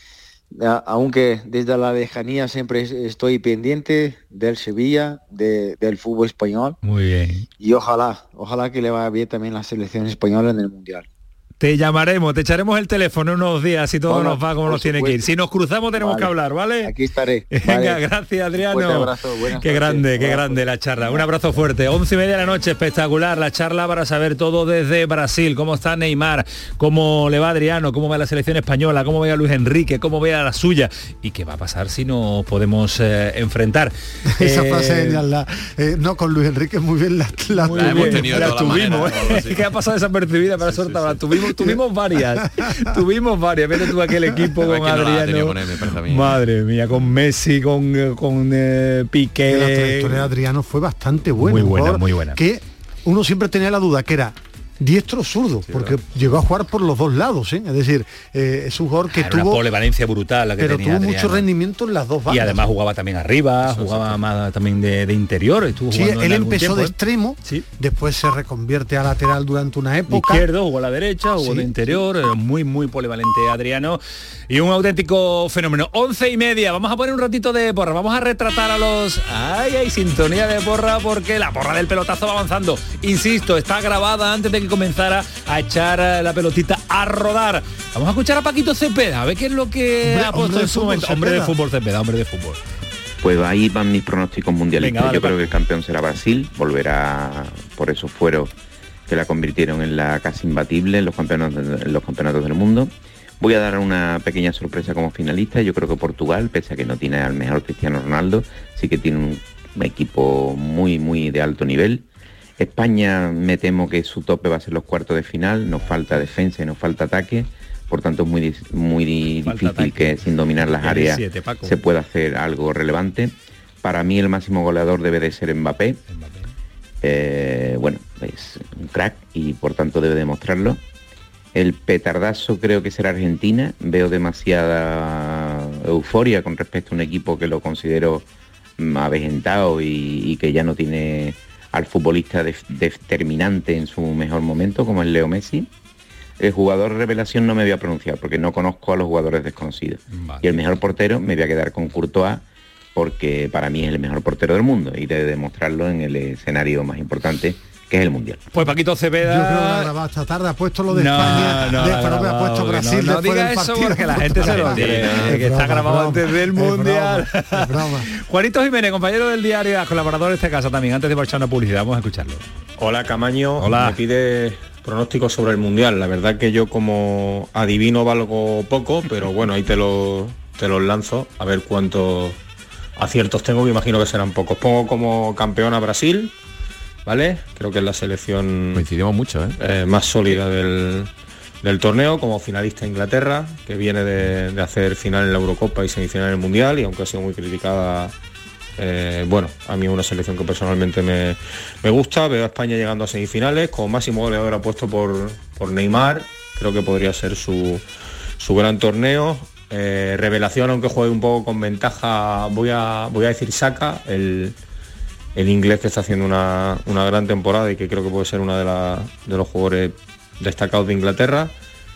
Speaker 12: a- aunque desde la lejanía siempre es- estoy pendiente del Sevilla, de- del fútbol español,
Speaker 3: Muy bien.
Speaker 12: y ojalá, ojalá que le vaya bien también la selección española en el Mundial.
Speaker 3: Te llamaremos, te echaremos el teléfono unos días si todo
Speaker 12: Bueno,
Speaker 3: nos va como
Speaker 12: por
Speaker 3: nos tiene que ir.
Speaker 12: supuesto.
Speaker 3: Si nos cruzamos tenemos
Speaker 12: Vale.
Speaker 3: que hablar, ¿vale?
Speaker 12: Aquí estaré.
Speaker 3: Venga,
Speaker 12: Vale.
Speaker 3: gracias Adriano.
Speaker 12: Fuerte abrazo, buenas
Speaker 3: Qué
Speaker 12: noches.
Speaker 3: grande, qué
Speaker 12: Abrazo.
Speaker 3: grande la charla. Un abrazo fuerte. Once y media de la noche, espectacular. La charla para saber todo desde Brasil. Cómo está Neymar, cómo le va Adriano, cómo va la selección española, cómo ve a Luis Enrique, cómo ve a la suya y qué va a pasar si nos podemos eh, enfrentar.
Speaker 4: Esa
Speaker 3: Eh,
Speaker 4: frase genial, la- eh, no, con Luis Enrique muy bien la, la
Speaker 3: Muy
Speaker 5: La hemos
Speaker 3: bien,
Speaker 5: tenido de
Speaker 3: la
Speaker 5: todas las
Speaker 3: tuvimos,
Speaker 5: maneras, algo así.
Speaker 3: ¿eh? que ha pasado desapercibida para soltar. Tuvimos, tuvimos varias, tuvimos varias. Vete tú aquel equipo
Speaker 5: La verdad
Speaker 3: con
Speaker 5: es que no la ha tenido
Speaker 3: Adriano.
Speaker 5: con él, me parece a mí.
Speaker 3: Madre mía, con Messi, con, eh, con eh, Piqué.
Speaker 4: la trayectoria de Adriano fue bastante buena.
Speaker 3: Muy
Speaker 4: un
Speaker 3: buena,
Speaker 4: jugador
Speaker 3: muy buena.
Speaker 4: Que uno siempre tenía la duda que era diestro o zurdo, porque llegó a jugar por los dos lados, ¿eh? Es decir, eh, es un jugador que
Speaker 3: Era una
Speaker 4: tuvo,
Speaker 3: polivalencia brutal la que
Speaker 4: pero
Speaker 3: tenía
Speaker 4: tuvo
Speaker 3: Adriano.
Speaker 4: mucho rendimiento en las dos bandas.
Speaker 3: Y además jugaba también arriba, jugaba más también de, de interior. Estuvo
Speaker 4: Sí,
Speaker 3: jugando en
Speaker 4: él
Speaker 3: algún
Speaker 4: empezó
Speaker 3: tiempo,
Speaker 4: de
Speaker 3: ¿eh?
Speaker 4: extremo,
Speaker 3: Sí.
Speaker 4: después se reconvierte a lateral durante una
Speaker 3: De
Speaker 4: época.
Speaker 3: izquierdo, jugó a la derecha, jugó
Speaker 4: Sí,
Speaker 3: de interior, era muy, muy polivalente Adriano y un auténtico fenómeno. Once y media, vamos a poner un ratito de porra, vamos a retratar a los... ¡Ay, hay sintonía de porra! Porque la porra del pelotazo va avanzando. Insisto, está grabada antes de que comenzara a echar eh, la pelotita a rodar. Vamos a escuchar a Paquito Cepeda, a ver qué es lo que
Speaker 4: Hombre,
Speaker 3: ha puesto
Speaker 4: hombre
Speaker 3: en
Speaker 4: de
Speaker 3: su
Speaker 4: fútbol,
Speaker 3: momento. Hombre de
Speaker 4: Cepeda.
Speaker 3: fútbol Cepeda, hombre de fútbol.
Speaker 13: Pues ahí van mis pronósticos mundialistas.
Speaker 3: Venga, vale,
Speaker 13: Yo creo
Speaker 3: Paco.
Speaker 13: que el campeón será Brasil, volverá por esos fueros que la convirtieron en la casi imbatible en los campeonatos, en los campeonatos del mundo. Voy a dar una pequeña sorpresa como finalista. Yo creo que Portugal, pese a que no tiene al mejor Cristiano Ronaldo, sí que tiene un equipo muy, muy de alto nivel. España, me temo que su tope va a ser los cuartos de final. Nos falta defensa y nos falta ataque. Por tanto, es muy, dis- muy di-
Speaker 3: Falta
Speaker 13: difícil
Speaker 3: ataque.
Speaker 13: que sin dominar las
Speaker 3: Tiene
Speaker 13: áreas
Speaker 3: siete, Paco.
Speaker 13: se pueda hacer algo relevante. Para mí el máximo goleador debe de ser Mbappé. Eh, bueno, es un crack y por tanto debe demostrarlo. El petardazo creo que será Argentina. Veo demasiada euforia con respecto a un equipo que lo considero mm, avejentado y, y que ya no tiene al futbolista def- determinante en su mejor momento, como es Leo Messi. El jugador revelación no me voy a pronunciar porque no conozco a los jugadores desconocidos.
Speaker 3: Vale.
Speaker 13: Y el mejor portero me voy a quedar con Courtois porque para mí es el mejor portero del mundo y debe demostrarlo en el escenario más importante que es el Mundial.
Speaker 3: Pues Paquito
Speaker 4: Yo creo que la
Speaker 3: Cepeda...
Speaker 4: grabada esta tarde ha puesto lo de
Speaker 3: No,
Speaker 4: España,
Speaker 3: no,
Speaker 4: de,
Speaker 3: la ha
Speaker 4: pero me ha
Speaker 3: grabado,
Speaker 4: puesto
Speaker 3: que
Speaker 4: Brasil
Speaker 3: no, no
Speaker 4: después
Speaker 3: diga
Speaker 4: del
Speaker 3: eso
Speaker 4: partido.
Speaker 3: porque la gente se lo
Speaker 13: Argentina.
Speaker 3: cree,
Speaker 13: Es
Speaker 3: que está
Speaker 4: broma,
Speaker 3: grabado
Speaker 4: broma,
Speaker 3: antes del
Speaker 4: es
Speaker 3: Mundial.
Speaker 4: broma, es broma.
Speaker 3: Juanito Jiménez, compañero del diario, colaborador de esta casa también, antes de marchar una publicidad, vamos a escucharlo.
Speaker 14: Hola Camaño,
Speaker 3: Hola.
Speaker 14: me pide pronósticos sobre el Mundial. La verdad que yo como adivino valgo poco, pero bueno, ahí te lo te los lanzo a ver cuántos aciertos tengo, que imagino que serán pocos. Pongo como campeón a Brasil, ¿vale? Creo que es la selección
Speaker 5: Coincidimos mucho, ¿eh?
Speaker 14: eh, más sólida del, del torneo. Como finalista Inglaterra, que viene de, de hacer final en la Eurocopa y semifinal en el Mundial, y aunque ha sido muy criticada, eh, bueno, a mí es una selección que personalmente me, me gusta. Veo a España llegando a semifinales, como máximo goleador apuesto por, por Neymar. Creo que podría ser su, su gran torneo. Eh, revelación, aunque juegue un poco con ventaja, voy a, voy a decir Saka, el, el inglés que está haciendo una, una gran temporada y que creo que puede ser uno de, la- de los jugadores destacados de Inglaterra.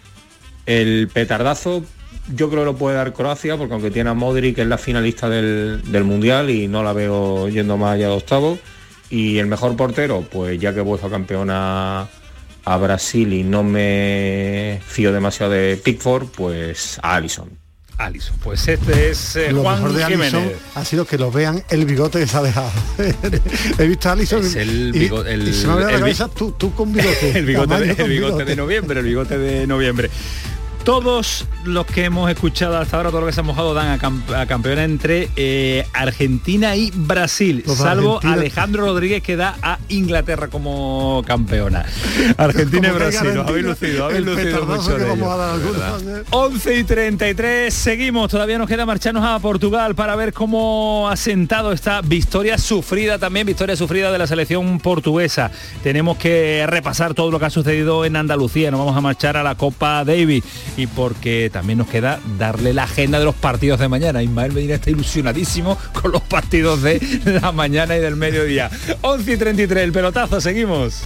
Speaker 14: El petardazo yo creo que lo puede dar Croacia, porque aunque tiene a Modric, que es la finalista del, del Mundial y no la veo yendo más allá de octavos. Y el mejor portero, pues ya que he vuelto campeona a Brasil y no me fío demasiado de Pickford, pues a Alisson.
Speaker 3: Alisson, pues este es eh,
Speaker 4: Lo
Speaker 3: Juan
Speaker 4: mejor de
Speaker 3: Jiménez.
Speaker 4: Alisson ha sido que lo vean el bigote que se ha dejado. He visto a Alisson
Speaker 3: Es el
Speaker 4: y,
Speaker 3: bigo- el-
Speaker 4: y se me ha olvidado
Speaker 3: el
Speaker 4: la
Speaker 3: bi-
Speaker 4: cabeza tú, tú con bigote.
Speaker 3: el bigote,
Speaker 4: Tamaño
Speaker 3: de,
Speaker 4: con
Speaker 3: el bigote
Speaker 4: bigote.
Speaker 3: de noviembre, el bigote de noviembre. Todos los que hemos escuchado hasta ahora, todos los que se han mojado dan a, cam- a campeona entre eh, Argentina y Brasil,
Speaker 4: Los de
Speaker 3: salvo
Speaker 4: Argentina.
Speaker 3: Alejandro Rodríguez, que da a Inglaterra como campeona. Argentina y
Speaker 4: Como que
Speaker 3: Brasil, os habéis
Speaker 4: Argentina,
Speaker 3: lucido, habéis
Speaker 4: el
Speaker 3: lucido
Speaker 4: petardazo
Speaker 3: mucho
Speaker 4: que
Speaker 3: de
Speaker 4: vamos
Speaker 3: ello.
Speaker 4: a dar algunos, ¿eh?
Speaker 3: once y treinta y tres, seguimos, todavía nos queda marcharnos a Portugal para ver cómo ha sentado esta victoria sufrida también, victoria sufrida de la selección portuguesa. Tenemos que repasar todo lo que ha sucedido en Andalucía, nos vamos a marchar a la Copa Davis y porque también nos queda darle la agenda de los partidos de mañana. Ismael Medina está ilusionadísimo con los partidos de la mañana y del mediodía. once y treinta y tres, el pelotazo, seguimos.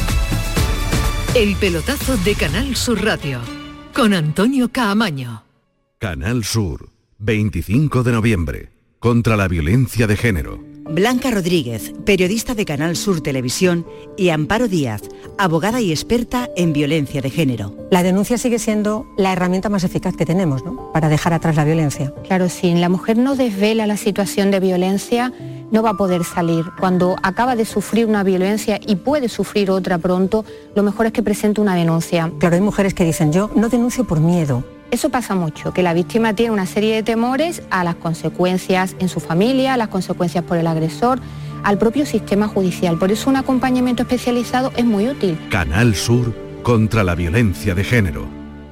Speaker 2: El pelotazo de Canal Sur Radio con Antonio Caamaño.
Speaker 10: Canal Sur. veinticinco de noviembre, contra la violencia de género.
Speaker 15: Blanca Rodríguez, periodista de Canal Sur Televisión, y Amparo Díaz, abogada y experta en violencia de género.
Speaker 16: La denuncia sigue siendo la herramienta más eficaz que tenemos, ¿no?, para dejar atrás la violencia.
Speaker 17: Claro, si la mujer no desvela la situación de violencia, no va a poder salir. Cuando acaba de sufrir una violencia y puede sufrir otra pronto, lo mejor es que presente una denuncia.
Speaker 16: Claro, hay mujeres que dicen, yo no denuncio por miedo.
Speaker 17: Eso pasa mucho, que la víctima tiene una serie de temores a las consecuencias en su familia, a las consecuencias por el agresor, al propio sistema judicial. Por eso un acompañamiento especializado es muy útil.
Speaker 10: Canal Sur contra la violencia de género.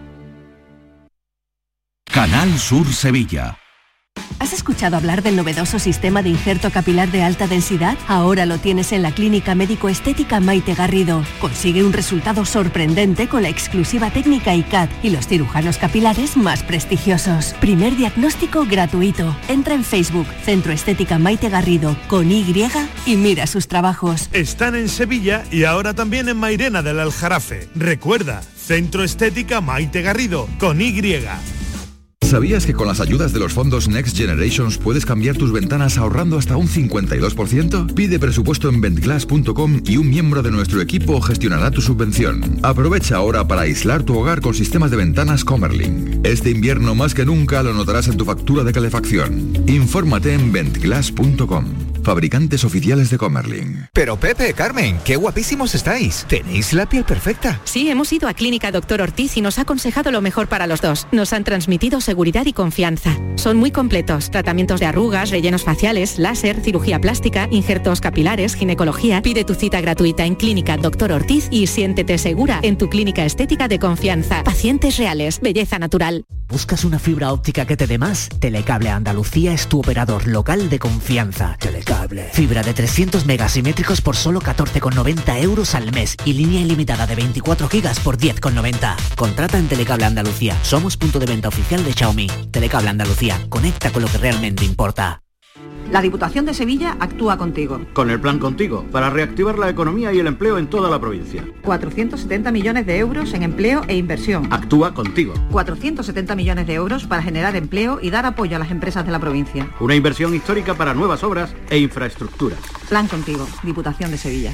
Speaker 10: Canal Sur Sevilla.
Speaker 18: ¿Has escuchado hablar del novedoso sistema de injerto capilar de alta densidad? Ahora lo tienes en la Clínica Médico-Estética Maite Garrido. Consigue un resultado sorprendente con la exclusiva técnica I C A D y los cirujanos capilares más prestigiosos. Primer diagnóstico gratuito. Entra en Facebook, Centro Estética Maite Garrido, con Y, y mira sus trabajos.
Speaker 19: Están en Sevilla y ahora también en Mairena del Aljarafe. Recuerda, Centro Estética Maite Garrido, con Y.
Speaker 6: ¿Sabías que con las ayudas de los fondos Next Generations puedes cambiar tus ventanas ahorrando hasta un cincuenta y dos por ciento? Pide presupuesto en ventglass punto com y un miembro de nuestro equipo gestionará tu subvención. Aprovecha ahora para aislar tu hogar con sistemas de ventanas Comerlin. Este invierno más que nunca lo notarás en tu factura de calefacción. Infórmate en ventglass punto com. Fabricantes oficiales de Comerlin.
Speaker 20: Pero Pepe, Carmen, qué guapísimos estáis. Tenéis la piel perfecta.
Speaker 21: Sí, hemos ido a Clínica Doctor Ortiz y nos ha aconsejado lo mejor para los dos. Nos han transmitido seguridad y confianza. Son muy completos. Tratamientos de arrugas, rellenos faciales, láser, cirugía plástica, injertos capilares, ginecología. Pide tu cita gratuita en Clínica Doctor Ortiz y siéntete segura en tu clínica estética de confianza. Pacientes reales, belleza natural.
Speaker 22: ¿Buscas una fibra óptica que te dé más? Telecable Andalucía es tu operador local de confianza. Telecable. Fibra de trescientos megasimétricos por solo catorce con noventa euros al mes y línea ilimitada de veinticuatro gigas por diez con noventa. Contrata en Telecable Andalucía. Somos punto de venta oficial de Xiaomi. Telecable Andalucía. Conecta con lo que realmente importa.
Speaker 23: La Diputación de Sevilla actúa contigo.
Speaker 24: Con el Plan Contigo, para reactivar la economía y el empleo en toda la provincia.
Speaker 23: cuatrocientos setenta millones de euros en empleo e inversión.
Speaker 24: Actúa contigo.
Speaker 23: cuatrocientos setenta millones de euros para generar empleo y dar apoyo a las empresas de la provincia.
Speaker 24: Una inversión histórica para nuevas obras e infraestructuras.
Speaker 23: Plan Contigo, Diputación de Sevilla.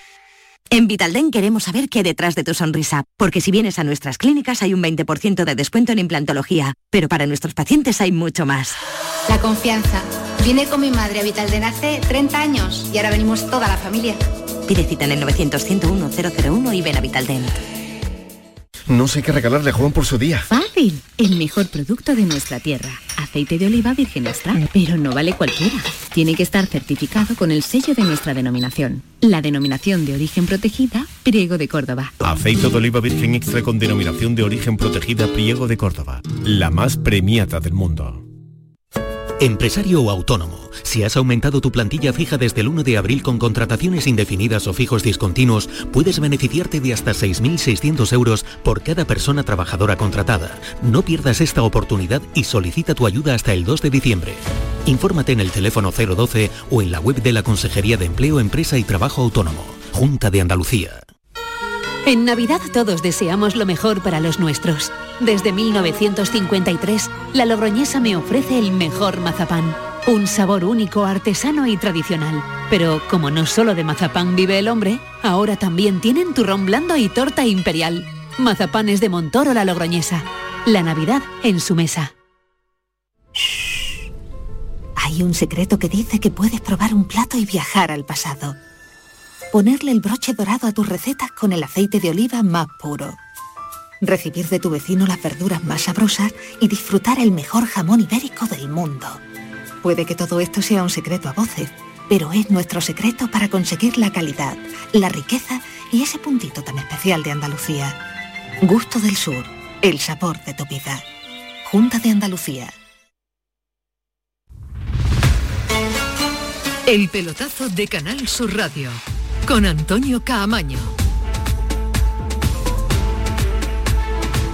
Speaker 25: En Vitaldent queremos saber qué hay detrás de tu sonrisa, porque si vienes a nuestras clínicas hay un veinte por ciento de descuento en implantología, pero para nuestros pacientes hay mucho más.
Speaker 26: La confianza. Vine con mi madre a Vitaldent hace treinta años y ahora venimos toda la familia.
Speaker 25: Pide cita en el novecientos, ciento uno, cero cero uno y ven a Vitaldent.
Speaker 27: No sé qué regalarle a Juan por su día.
Speaker 28: Fácil, el mejor producto de nuestra tierra. Aceite de oliva virgen extra, pero no vale cualquiera. Tiene que estar certificado con el sello de nuestra denominación. La denominación de origen protegida, Priego de Córdoba.
Speaker 29: Aceite de oliva virgen extra con denominación de origen protegida, Priego de Córdoba. La más premiada del mundo.
Speaker 30: Empresario o autónomo, si has aumentado tu plantilla fija desde el uno de abril con contrataciones indefinidas o fijos discontinuos, puedes beneficiarte de hasta seis mil seiscientos euros por cada persona trabajadora contratada. No pierdas esta oportunidad y solicita tu ayuda hasta el dos de diciembre. Infórmate en el teléfono cero doce o en la web de la Consejería de Empleo, Empresa y Trabajo Autónomo. Junta de Andalucía.
Speaker 18: En Navidad todos deseamos lo mejor para los nuestros. Desde mil novecientos cincuenta y tres, la Logroñesa me ofrece el mejor mazapán. Un sabor único, artesano y tradicional. Pero como no solo de mazapán vive el hombre, ahora también tienen turrón blando y torta imperial. Mazapanes de Montoro la Logroñesa. La Navidad en su mesa.
Speaker 25: Shh. Hay un secreto que dice que puedes probar un plato y viajar al pasado. Ponerle el broche dorado a tus recetas con el aceite de oliva más puro. Recibir de tu vecino las verduras más sabrosas y disfrutar el mejor jamón ibérico del mundo. Puede que todo esto sea un secreto a voces, pero es nuestro secreto para conseguir la calidad, la riqueza y ese puntito tan especial de Andalucía. Gusto del Sur, el sabor de tu vida. Junta de Andalucía.
Speaker 2: El pelotazo de Canal Sur Radio. Con Antonio Caamaño.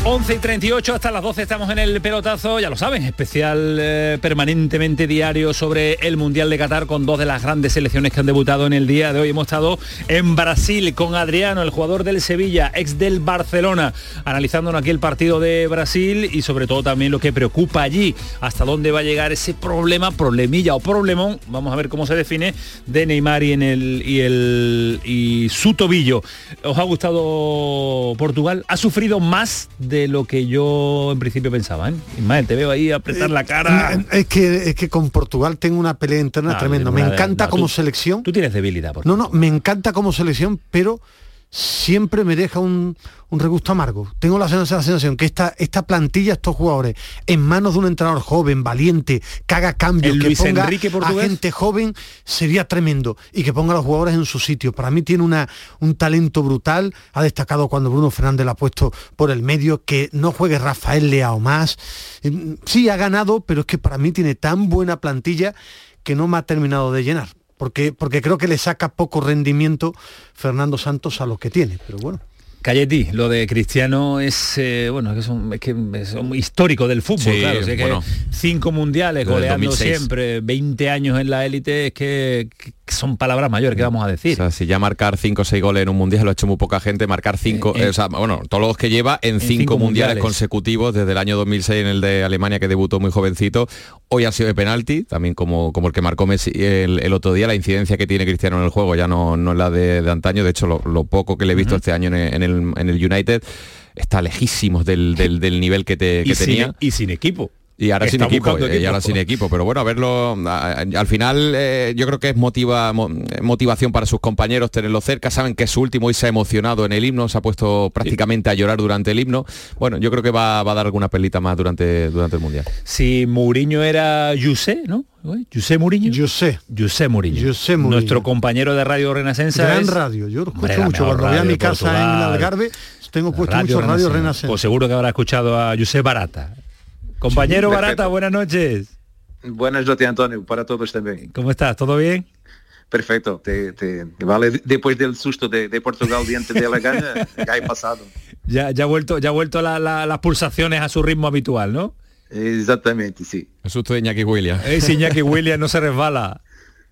Speaker 3: once y treinta y ocho, hasta las doce estamos en el pelotazo, ya lo saben, especial eh, permanentemente diario sobre el Mundial de Qatar con dos de las grandes selecciones que han debutado en el día de hoy. Hemos estado en Brasil con Adriano, el jugador del Sevilla, ex del Barcelona, analizándonos aquí el partido de Brasil y sobre todo también lo que preocupa allí, hasta dónde va a llegar ese problema, problemilla o problemón, vamos a ver cómo se define, de Neymar y, en el, y, el, y su tobillo. ¿Os ha gustado Portugal? ¿Ha sufrido más de lo que yo en principio pensaba, ¿eh? Ismael, te veo ahí apretar eh, la cara.
Speaker 1: Es que, es que con Portugal tengo una pelea interna no, tremenda. Me encanta no, como tú, selección.
Speaker 3: Tú tienes debilidad. Por
Speaker 1: no, no, me encanta como selección, pero siempre me deja un, un regusto amargo. Tengo la sensación, la sensación que esta, esta plantilla, estos jugadores, en manos de un entrenador joven, valiente, que haga cambios, que
Speaker 3: Luis
Speaker 1: ponga
Speaker 3: Enrique
Speaker 1: a gente joven, sería tremendo. Y que ponga a los jugadores en su sitio. Para mí tiene una, un talento brutal. Ha destacado cuando Bruno Fernández lo ha puesto por el medio, que no juegue Rafael Leao más. Sí, ha ganado, pero es que para mí tiene tan buena plantilla que no me ha terminado de llenar. Porque, porque creo que le saca poco rendimiento Fernando Santos a lo que tiene, pero bueno.
Speaker 3: Cayeti, lo de Cristiano es eh, bueno, es, un, es que es un histórico del fútbol, sí, claro, o sea, bueno, que cinco mundiales, goleando siempre, veinte años en la élite, es que, que son palabras mayores, ¿qué vamos a decir?
Speaker 4: O sea, si ya marcar cinco o seis goles en un mundial lo ha hecho muy poca gente, marcar cinco, eh, eh, o sea, bueno, todos los que lleva en, en cinco, cinco mundiales, mundiales consecutivos, desde el año dos mil seis en el de Alemania, que debutó muy jovencito, hoy ha sido de penalti, también como, como el que marcó Messi el, el otro día. La incidencia que tiene Cristiano en el juego ya no, no es la de, de antaño, de hecho lo, lo poco que le he visto uh-huh. este año en el, en, el, en el United está lejísimos del, del, del nivel que, te, que
Speaker 3: y
Speaker 4: tenía.
Speaker 3: Sin, y sin equipo.
Speaker 4: Y ahora sin equipo, equipo, y ahora sin equipo, pero bueno, a verlo, a, al final eh, yo creo que es motiva, mo, motivación para sus compañeros tenerlo cerca, saben que es su último y se ha emocionado en el himno, se ha puesto prácticamente a llorar durante el himno. Bueno, yo creo que va, va a dar alguna pelita más durante, durante el Mundial.
Speaker 3: Si Mourinho era José, ¿no? José Mourinho.
Speaker 1: José.
Speaker 3: José Mourinho.
Speaker 1: José Mourinho.
Speaker 3: Nuestro compañero de Radio Renacenza.
Speaker 1: Gran
Speaker 3: es...
Speaker 1: radio, yo lo escucho mucho. Cuando voy a mi casa Portugal, en el Algarve, tengo puesto radio mucho Radio Renacenza.
Speaker 3: Pues seguro que habrá escuchado a José Barata. Compañero sí, Barata, buenas noches.
Speaker 5: Buenas noches, Antonio, para todos también.
Speaker 3: ¿Cómo estás? ¿Todo bien?
Speaker 5: Perfecto, te, te, vale, después del susto de, de Portugal diante de la gana, ya he pasado.
Speaker 3: Ya, ya ha vuelto, ya ha vuelto la, la, las pulsaciones a su ritmo habitual, ¿no?
Speaker 5: Exactamente, sí.
Speaker 4: El susto de Iñaki Williams.
Speaker 3: Eh, si Iñaki Williams no se resbala.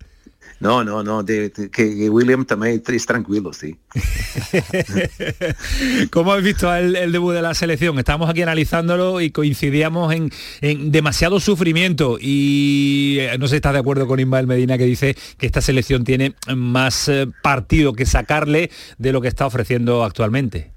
Speaker 5: No, no, no, de, de, que William también es tranquilo, sí.
Speaker 3: ¿Cómo has visto el, el debut de la selección? Estábamos aquí analizándolo y coincidíamos en, en demasiado sufrimiento y no sé si estás de acuerdo con Ismael Medina, que dice que esta selección tiene más eh, partido que sacarle de lo que está ofreciendo actualmente.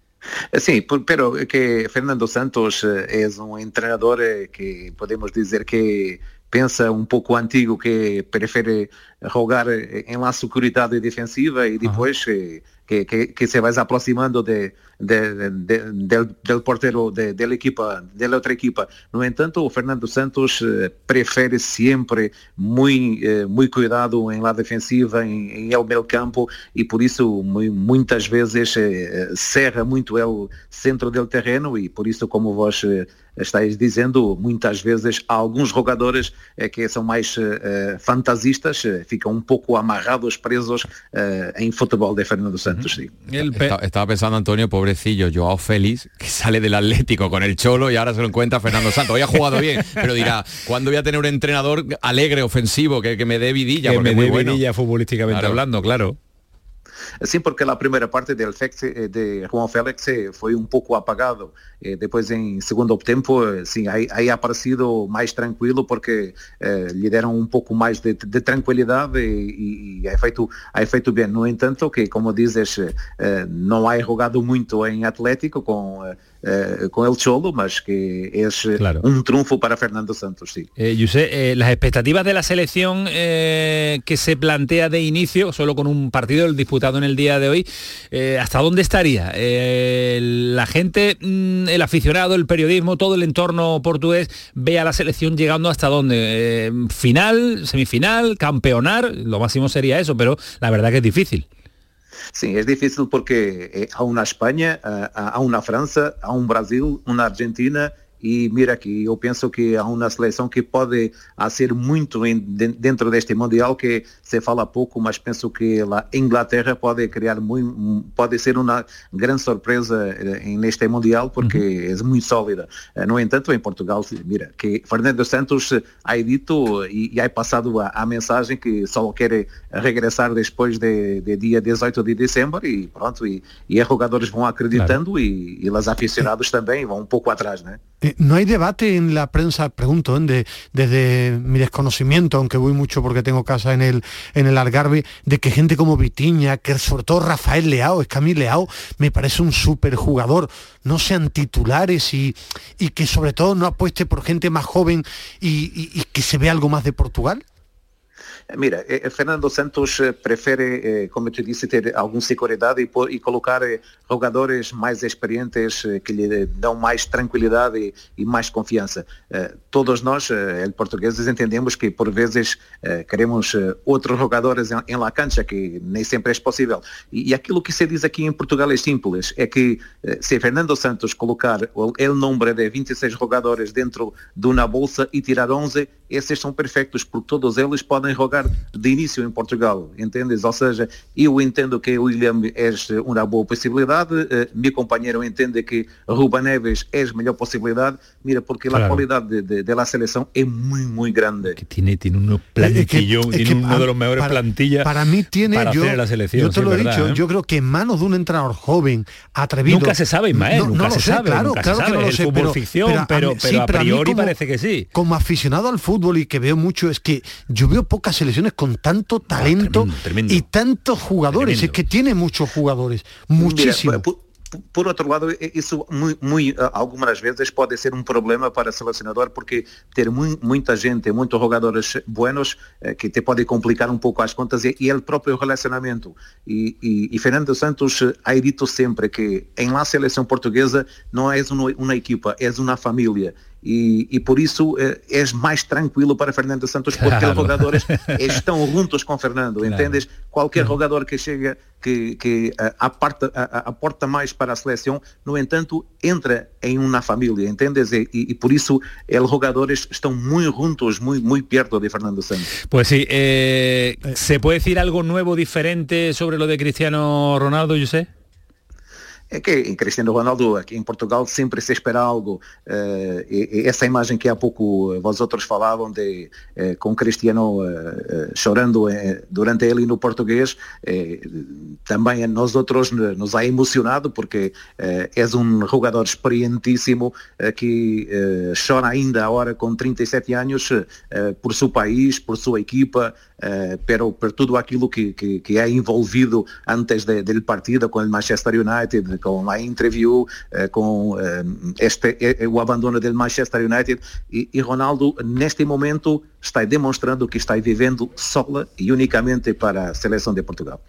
Speaker 5: Sí, pero que Fernando Santos es un entrenador que podemos decir que pensa um pouco antigo, que prefere jogar em la seguridade defensiva e depois uh-huh. que, que, que se vai aproximando de, de, de, del, del portero de, de la equipa, de la outra equipa. No entanto, o Fernando Santos eh, prefere sempre muito, eh, muito cuidado em la defensiva, em, em el meio campo, e por isso mu, muitas vezes eh, cerra muito el centro del terreno, e por isso, como vós eh, estáis dizendo, muitas vezes há alguns jogadores eh, que são mais eh, fantasistas, eh, ficam um pouco amarrados, presos eh, em futebol de Fernando Santos. Sí.
Speaker 4: Estaba, estaba pensando, Antonio, pobrecillo, Joao Félix, que sale del Atlético con el Cholo y ahora se lo encuentra Fernando Santos. Hoy ha jugado bien, pero dirá, ¿cuándo voy a tener un entrenador alegre, ofensivo, que, que me dé vidilla?
Speaker 3: Que
Speaker 4: porque
Speaker 3: me dé
Speaker 4: bueno.
Speaker 3: vidilla futbolísticamente
Speaker 4: claro.
Speaker 3: hablando, claro.
Speaker 5: Sim, porque a primeira parte del Félix, de João Félix foi um pouco apagado. Depois, em segundo tempo, sim, aí, aí ha aparecido mais tranquilo, porque eh, lhe deram um pouco mais de, de tranquilidade e, e é feito, é feito bem. No entanto, que, como dizes, eh, não ha jogado muito em Atlético com, eh, com el Cholo, mas que es claro. un triunfo para Fernando Santos, sí.
Speaker 3: Eh, José, eh, las expectativas de la selección eh, que se plantea de inicio, solo con un partido disputado en el día de hoy, eh, ¿hasta dónde estaría? Eh, la gente, el aficionado, el periodismo, todo el entorno portugués ve a la selección llegando hasta dónde? Eh, final, semifinal, campeonar, lo máximo sería eso, pero la verdad que es difícil.
Speaker 5: Sí, es difícil porque eh, a una España, a, a una Francia, a un Brasil, una Argentina e mira que eu penso que há uma seleção que pode fazer muito em, dentro deste Mundial, que se fala pouco, mas penso que a Inglaterra pode criar muito, pode ser uma grande surpresa neste Mundial, porque uhum. é muito sólida. No entanto, em Portugal, mira, que Fernando Santos ha dito e, e ha passado a, a mensagem que só quer regressar depois de, de dia dezoito de dezembro, e pronto, e, e os jogadores vão acreditando, claro. e, e os aficionados também vão um pouco atrás, né?
Speaker 1: No hay debate en la prensa, pregunto, ¿eh? de, desde mi desconocimiento, aunque voy mucho porque tengo casa en el en el Algarve, de que gente como Vitiña, que sobre todo Rafael Leao, es que a mí Leao me parece un súper jugador, no sean titulares y, y que sobre todo no apueste por gente más joven y, y, y que se vea algo más de Portugal.
Speaker 5: Mira, eh, Fernando Santos prefere, eh, como te disse, ter alguma seguridade e, e colocar eh, jogadores mais experientes eh, que lhe dão mais tranquilidade e, e mais confiança. Eh, todos nós, eh, portugueses, entendemos que por vezes eh, queremos eh, outros jogadores em, em la cancha, que nem sempre é possível. E, e aquilo que se diz aqui em Portugal é simples, é que eh, se Fernando Santos colocar o el número de vinte e seis jogadores dentro de uma bolsa e tirar onze, esses são perfeitos, porque todos eles podem jogar de início em Portugal, entendes? Ou seja, eu entendo que o William é uma boa possibilidade, uh, meu companheiro entende que Ruben Neves é a melhor possibilidade, mira, porque claro. a qualidade de, de, de la selección es muy, muy grande.
Speaker 3: Que tiene, tiene unos plantillón, es que, es tiene que, uno de los mejores
Speaker 1: para,
Speaker 3: plantillas
Speaker 1: para mí tiene,
Speaker 3: para
Speaker 1: yo,
Speaker 3: hacer la selección.
Speaker 1: Yo te
Speaker 3: sí,
Speaker 1: lo he
Speaker 3: verdad,
Speaker 1: dicho,
Speaker 3: ¿eh?
Speaker 1: yo creo que en manos de un entrenador joven, atrevido...
Speaker 3: Nunca se sabe, Ismael,
Speaker 1: no,
Speaker 3: nunca
Speaker 1: no
Speaker 3: se
Speaker 1: lo sé,
Speaker 3: sabe,
Speaker 1: claro,
Speaker 3: nunca
Speaker 1: claro
Speaker 3: se sabe,
Speaker 1: que no lo
Speaker 3: es
Speaker 1: sé,
Speaker 3: fútbol
Speaker 1: pero,
Speaker 3: ficción,
Speaker 1: pero,
Speaker 3: pero,
Speaker 1: a,
Speaker 3: pero
Speaker 1: sí,
Speaker 3: a
Speaker 1: pero a
Speaker 3: priori
Speaker 1: como,
Speaker 3: parece que sí.
Speaker 1: Como aficionado al fútbol y que veo mucho, es que yo veo pocas selecciones con tanto talento
Speaker 3: ah, tremendo, tremendo.
Speaker 1: y tantos jugadores, tremendo. Es que tiene muchos jugadores, muchísimos.
Speaker 5: Mira, por outro lado, isso muito, muito, algumas vezes pode ser um problema para o selecionador, porque ter muito, muita gente, muitos jogadores buenos, eh, que te pode complicar um pouco as contas, e, e o próprio relacionamento. E, e, e Fernando Santos ha dito sempre que em la seleção portuguesa não é uma, uma equipa, é uma família. E, e por isso eh, é mais tranquilo para Fernando Santos, porque claro. Os jogadores estão juntos com Fernando, claro. Entendes? Qualquer claro. Jogador que chega, que, que uh, aparta, uh, aporta mais para a seleção, no entanto, entra em uma família, entendes? E, e, e por isso os jogadores estão muito juntos, muito, muito perto de Fernando Santos.
Speaker 3: Pues sí, eh, ¿se puede decir algo nuevo, diferente sobre lo de Cristiano Ronaldo, José?
Speaker 5: É que em Cristiano Ronaldo, aqui em Portugal, sempre se espera algo. Uh, e, e essa imagem que há pouco vós outros falavam de uh, com Cristiano uh, uh, chorando uh, durante ele no português, uh, também a nós outros nos ha emocionado, porque uh, és um jogador experientíssimo uh, que uh, chora ainda agora com trinta e sete anos uh, por seu país, por sua equipa, uh, pero por tudo aquilo que, que, que é envolvido antes de, del partido com o Manchester United, com a interview, eh, com eh, este, eh, o abandono do Manchester United, e, e Ronaldo neste momento está demonstrando que está vivendo sola e unicamente para a seleção de Portugal.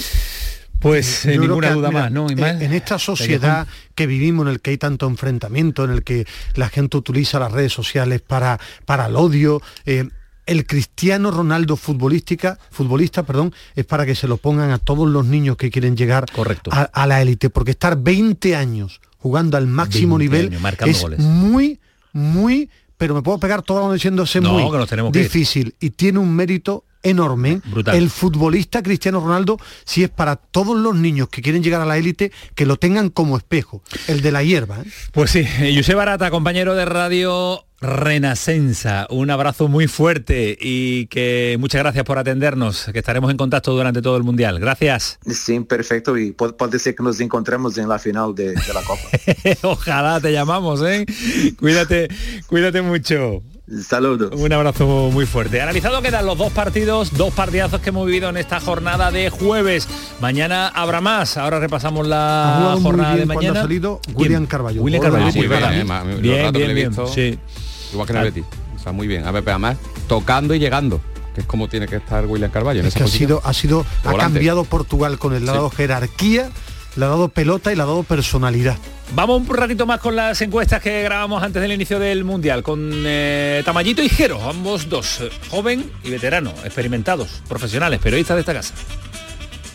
Speaker 3: Pues sin ninguna que, duda mira, más, ¿no?
Speaker 1: Ismael? En esta sociedad que vivimos, en el que hay tanto enfrentamiento, en el que la gente utiliza las redes sociales para, para el odio, eh, el Cristiano Ronaldo futbolística, futbolista, perdón, es para que se lo pongan a todos los niños que quieren llegar a, a la élite, porque estar veinte años jugando al máximo nivel años, es goles. muy, muy, pero me puedo pegar todo lo diciéndose no, muy difícil y tiene un mérito enorme. Brutal. El futbolista Cristiano Ronaldo, si es para todos los niños que quieren llegar a la élite, que lo tengan como espejo, el de la hierba, ¿eh?
Speaker 3: Pues sí, José Barata, compañero de Radio Renacenza, un abrazo muy fuerte y que muchas gracias por atendernos, que estaremos en contacto durante todo el Mundial. Gracias.
Speaker 5: Sí, perfecto, y puede, puede ser que nos encontremos en la final de, de la Copa.
Speaker 3: Ojalá te llamamos, ¿eh? Cuídate, cuídate mucho.
Speaker 5: Saludos.
Speaker 3: Un abrazo muy fuerte. Analizado quedan los dos partidos, dos partidazos que hemos vivido en esta jornada de jueves. Mañana habrá más. Ahora repasamos la jornada de mañana.
Speaker 1: Ha salido William Carballo.
Speaker 3: William Carballo,
Speaker 4: sí,
Speaker 3: bien,
Speaker 4: bien,
Speaker 3: bien, bien, bien. Sí.
Speaker 4: Igual que en el Betis. O sea, muy bien. A ver, pero además tocando y llegando, que es como tiene que estar William Carballo. En
Speaker 1: es
Speaker 4: esa
Speaker 1: que ha sido, ha sido, ha
Speaker 4: volante.
Speaker 1: cambiado Portugal con el lado sí. jerarquía, le ha dado pelota y le ha dado personalidad.
Speaker 3: Vamos un ratito más con las encuestas que grabamos antes del inicio del Mundial, con eh, Tamayito y Jero, ambos dos, eh, joven y veterano, experimentados, profesionales, periodistas de esta casa.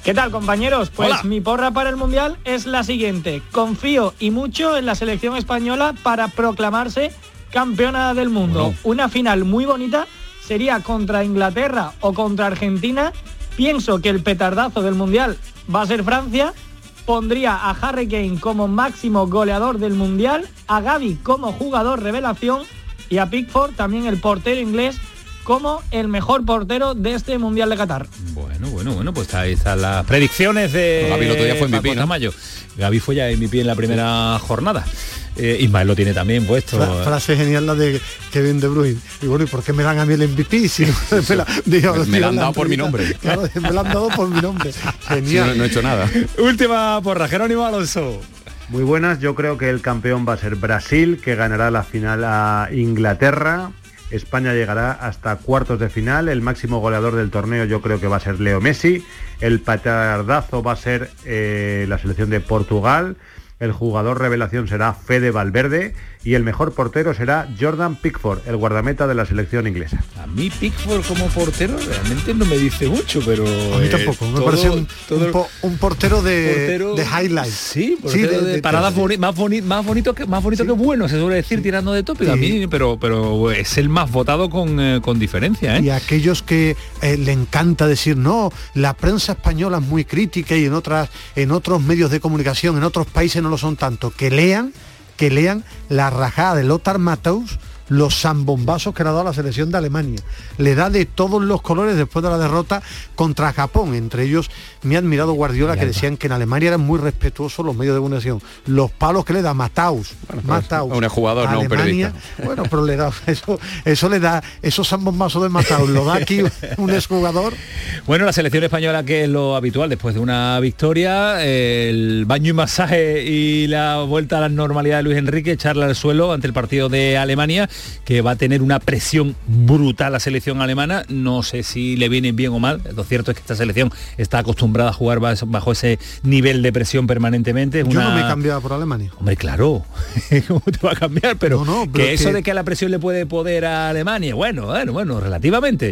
Speaker 7: ¿Qué tal, compañeros? Pues
Speaker 3: Hola.
Speaker 7: mi porra para el Mundial es la siguiente. Confío y mucho en la selección española para proclamarse campeona del mundo.
Speaker 3: Bueno.
Speaker 7: Una final muy bonita sería contra Inglaterra o contra Argentina. Pienso que el petardazo del Mundial va a ser Francia. Pondría a Harry Kane como máximo goleador del Mundial, a Gavi como jugador revelación y a Pickford, también el portero inglés, como el mejor portero de este Mundial de Qatar.
Speaker 3: Bueno, bueno, bueno, pues ahí están las predicciones de
Speaker 4: Gavi el otro día fue M V P,
Speaker 3: Paco
Speaker 4: ¿no?
Speaker 3: Tamayo. Gavi fue ya M V P en la primera jornada. Eh, Ismael lo tiene también puesto.
Speaker 1: Fra- frase genial la de Kevin De Bruyne. Y bueno, ¿y por qué me dan a mí el M V P? Si no, me, la, digo,
Speaker 4: Me- me
Speaker 1: digo,
Speaker 4: la han
Speaker 1: la
Speaker 4: dado por mi nombre.
Speaker 1: Claro, me la han dado por mi nombre. Genial.
Speaker 4: Sí, no, no he hecho nada.
Speaker 3: Última porra, Jerónimo Alonso.
Speaker 8: Muy buenas, yo creo que el campeón va a ser Brasil, que ganará la final a Inglaterra. España llegará hasta cuartos de final. El máximo goleador del torneo yo creo que va a ser Leo Messi. El petardazo va a ser eh, la selección de Portugal. El jugador revelación será Fede Valverde y el mejor portero será Jordan Pickford, el guardameta de la selección inglesa.
Speaker 3: A mí Pickford como portero realmente no me dice mucho, pero...
Speaker 1: A mí tampoco, me
Speaker 3: todo-
Speaker 1: parece un,
Speaker 3: todo-
Speaker 1: un, po- un portero de,
Speaker 3: portero-
Speaker 1: de highlights.
Speaker 3: Sí, portero de, paradas boni- más, boni- más bonito que más bonito que bueno, se suele decir, tirando de tope.
Speaker 1: Sí.
Speaker 3: A mí, pero pero es el más votado con, eh, con diferencia, ¿eh?
Speaker 1: Y a aquellos que eh, le encanta decir, no, la prensa española es muy crítica y en otras en otros medios de comunicación, en otros países no lo son tanto, que lean, que lean la rajada de Lothar Matthäus, los zambombazos que le ha dado a la selección de Alemania. Le da de todos los colores después de la derrota contra Japón. Entre ellos me ha admirado Guardiola, que decían que en Alemania eran muy respetuosos los medios de comunicación. Los palos que le da Matthäus,
Speaker 4: Bueno,
Speaker 1: Matthäus
Speaker 4: un jugador,
Speaker 1: a
Speaker 4: no un
Speaker 1: Alemania,
Speaker 4: periodista.
Speaker 1: bueno, pero le da eso, eso le da, esos zambombazos de Matthäus, lo da aquí un exjugador.
Speaker 3: Bueno, la selección española, que es lo habitual después de una victoria, eh, el baño y masaje y la vuelta a la normalidad de Luis Enrique, echarla al suelo ante el partido de Alemania, que va a tener una presión brutal la selección alemana. No sé si le viene bien o mal. Lo cierto es que esta selección está acostumbrada a jugar bajo ese nivel de presión permanentemente. Es
Speaker 1: Yo
Speaker 3: una...
Speaker 1: no me cambiaba por Alemania.
Speaker 3: Hombre, claro, ¿cómo te va a cambiar? Pero,
Speaker 1: No, no, pero
Speaker 3: que
Speaker 1: es
Speaker 3: eso
Speaker 1: que-
Speaker 3: de que a la presión le puede poder a Alemania, bueno, bueno, bueno, relativamente.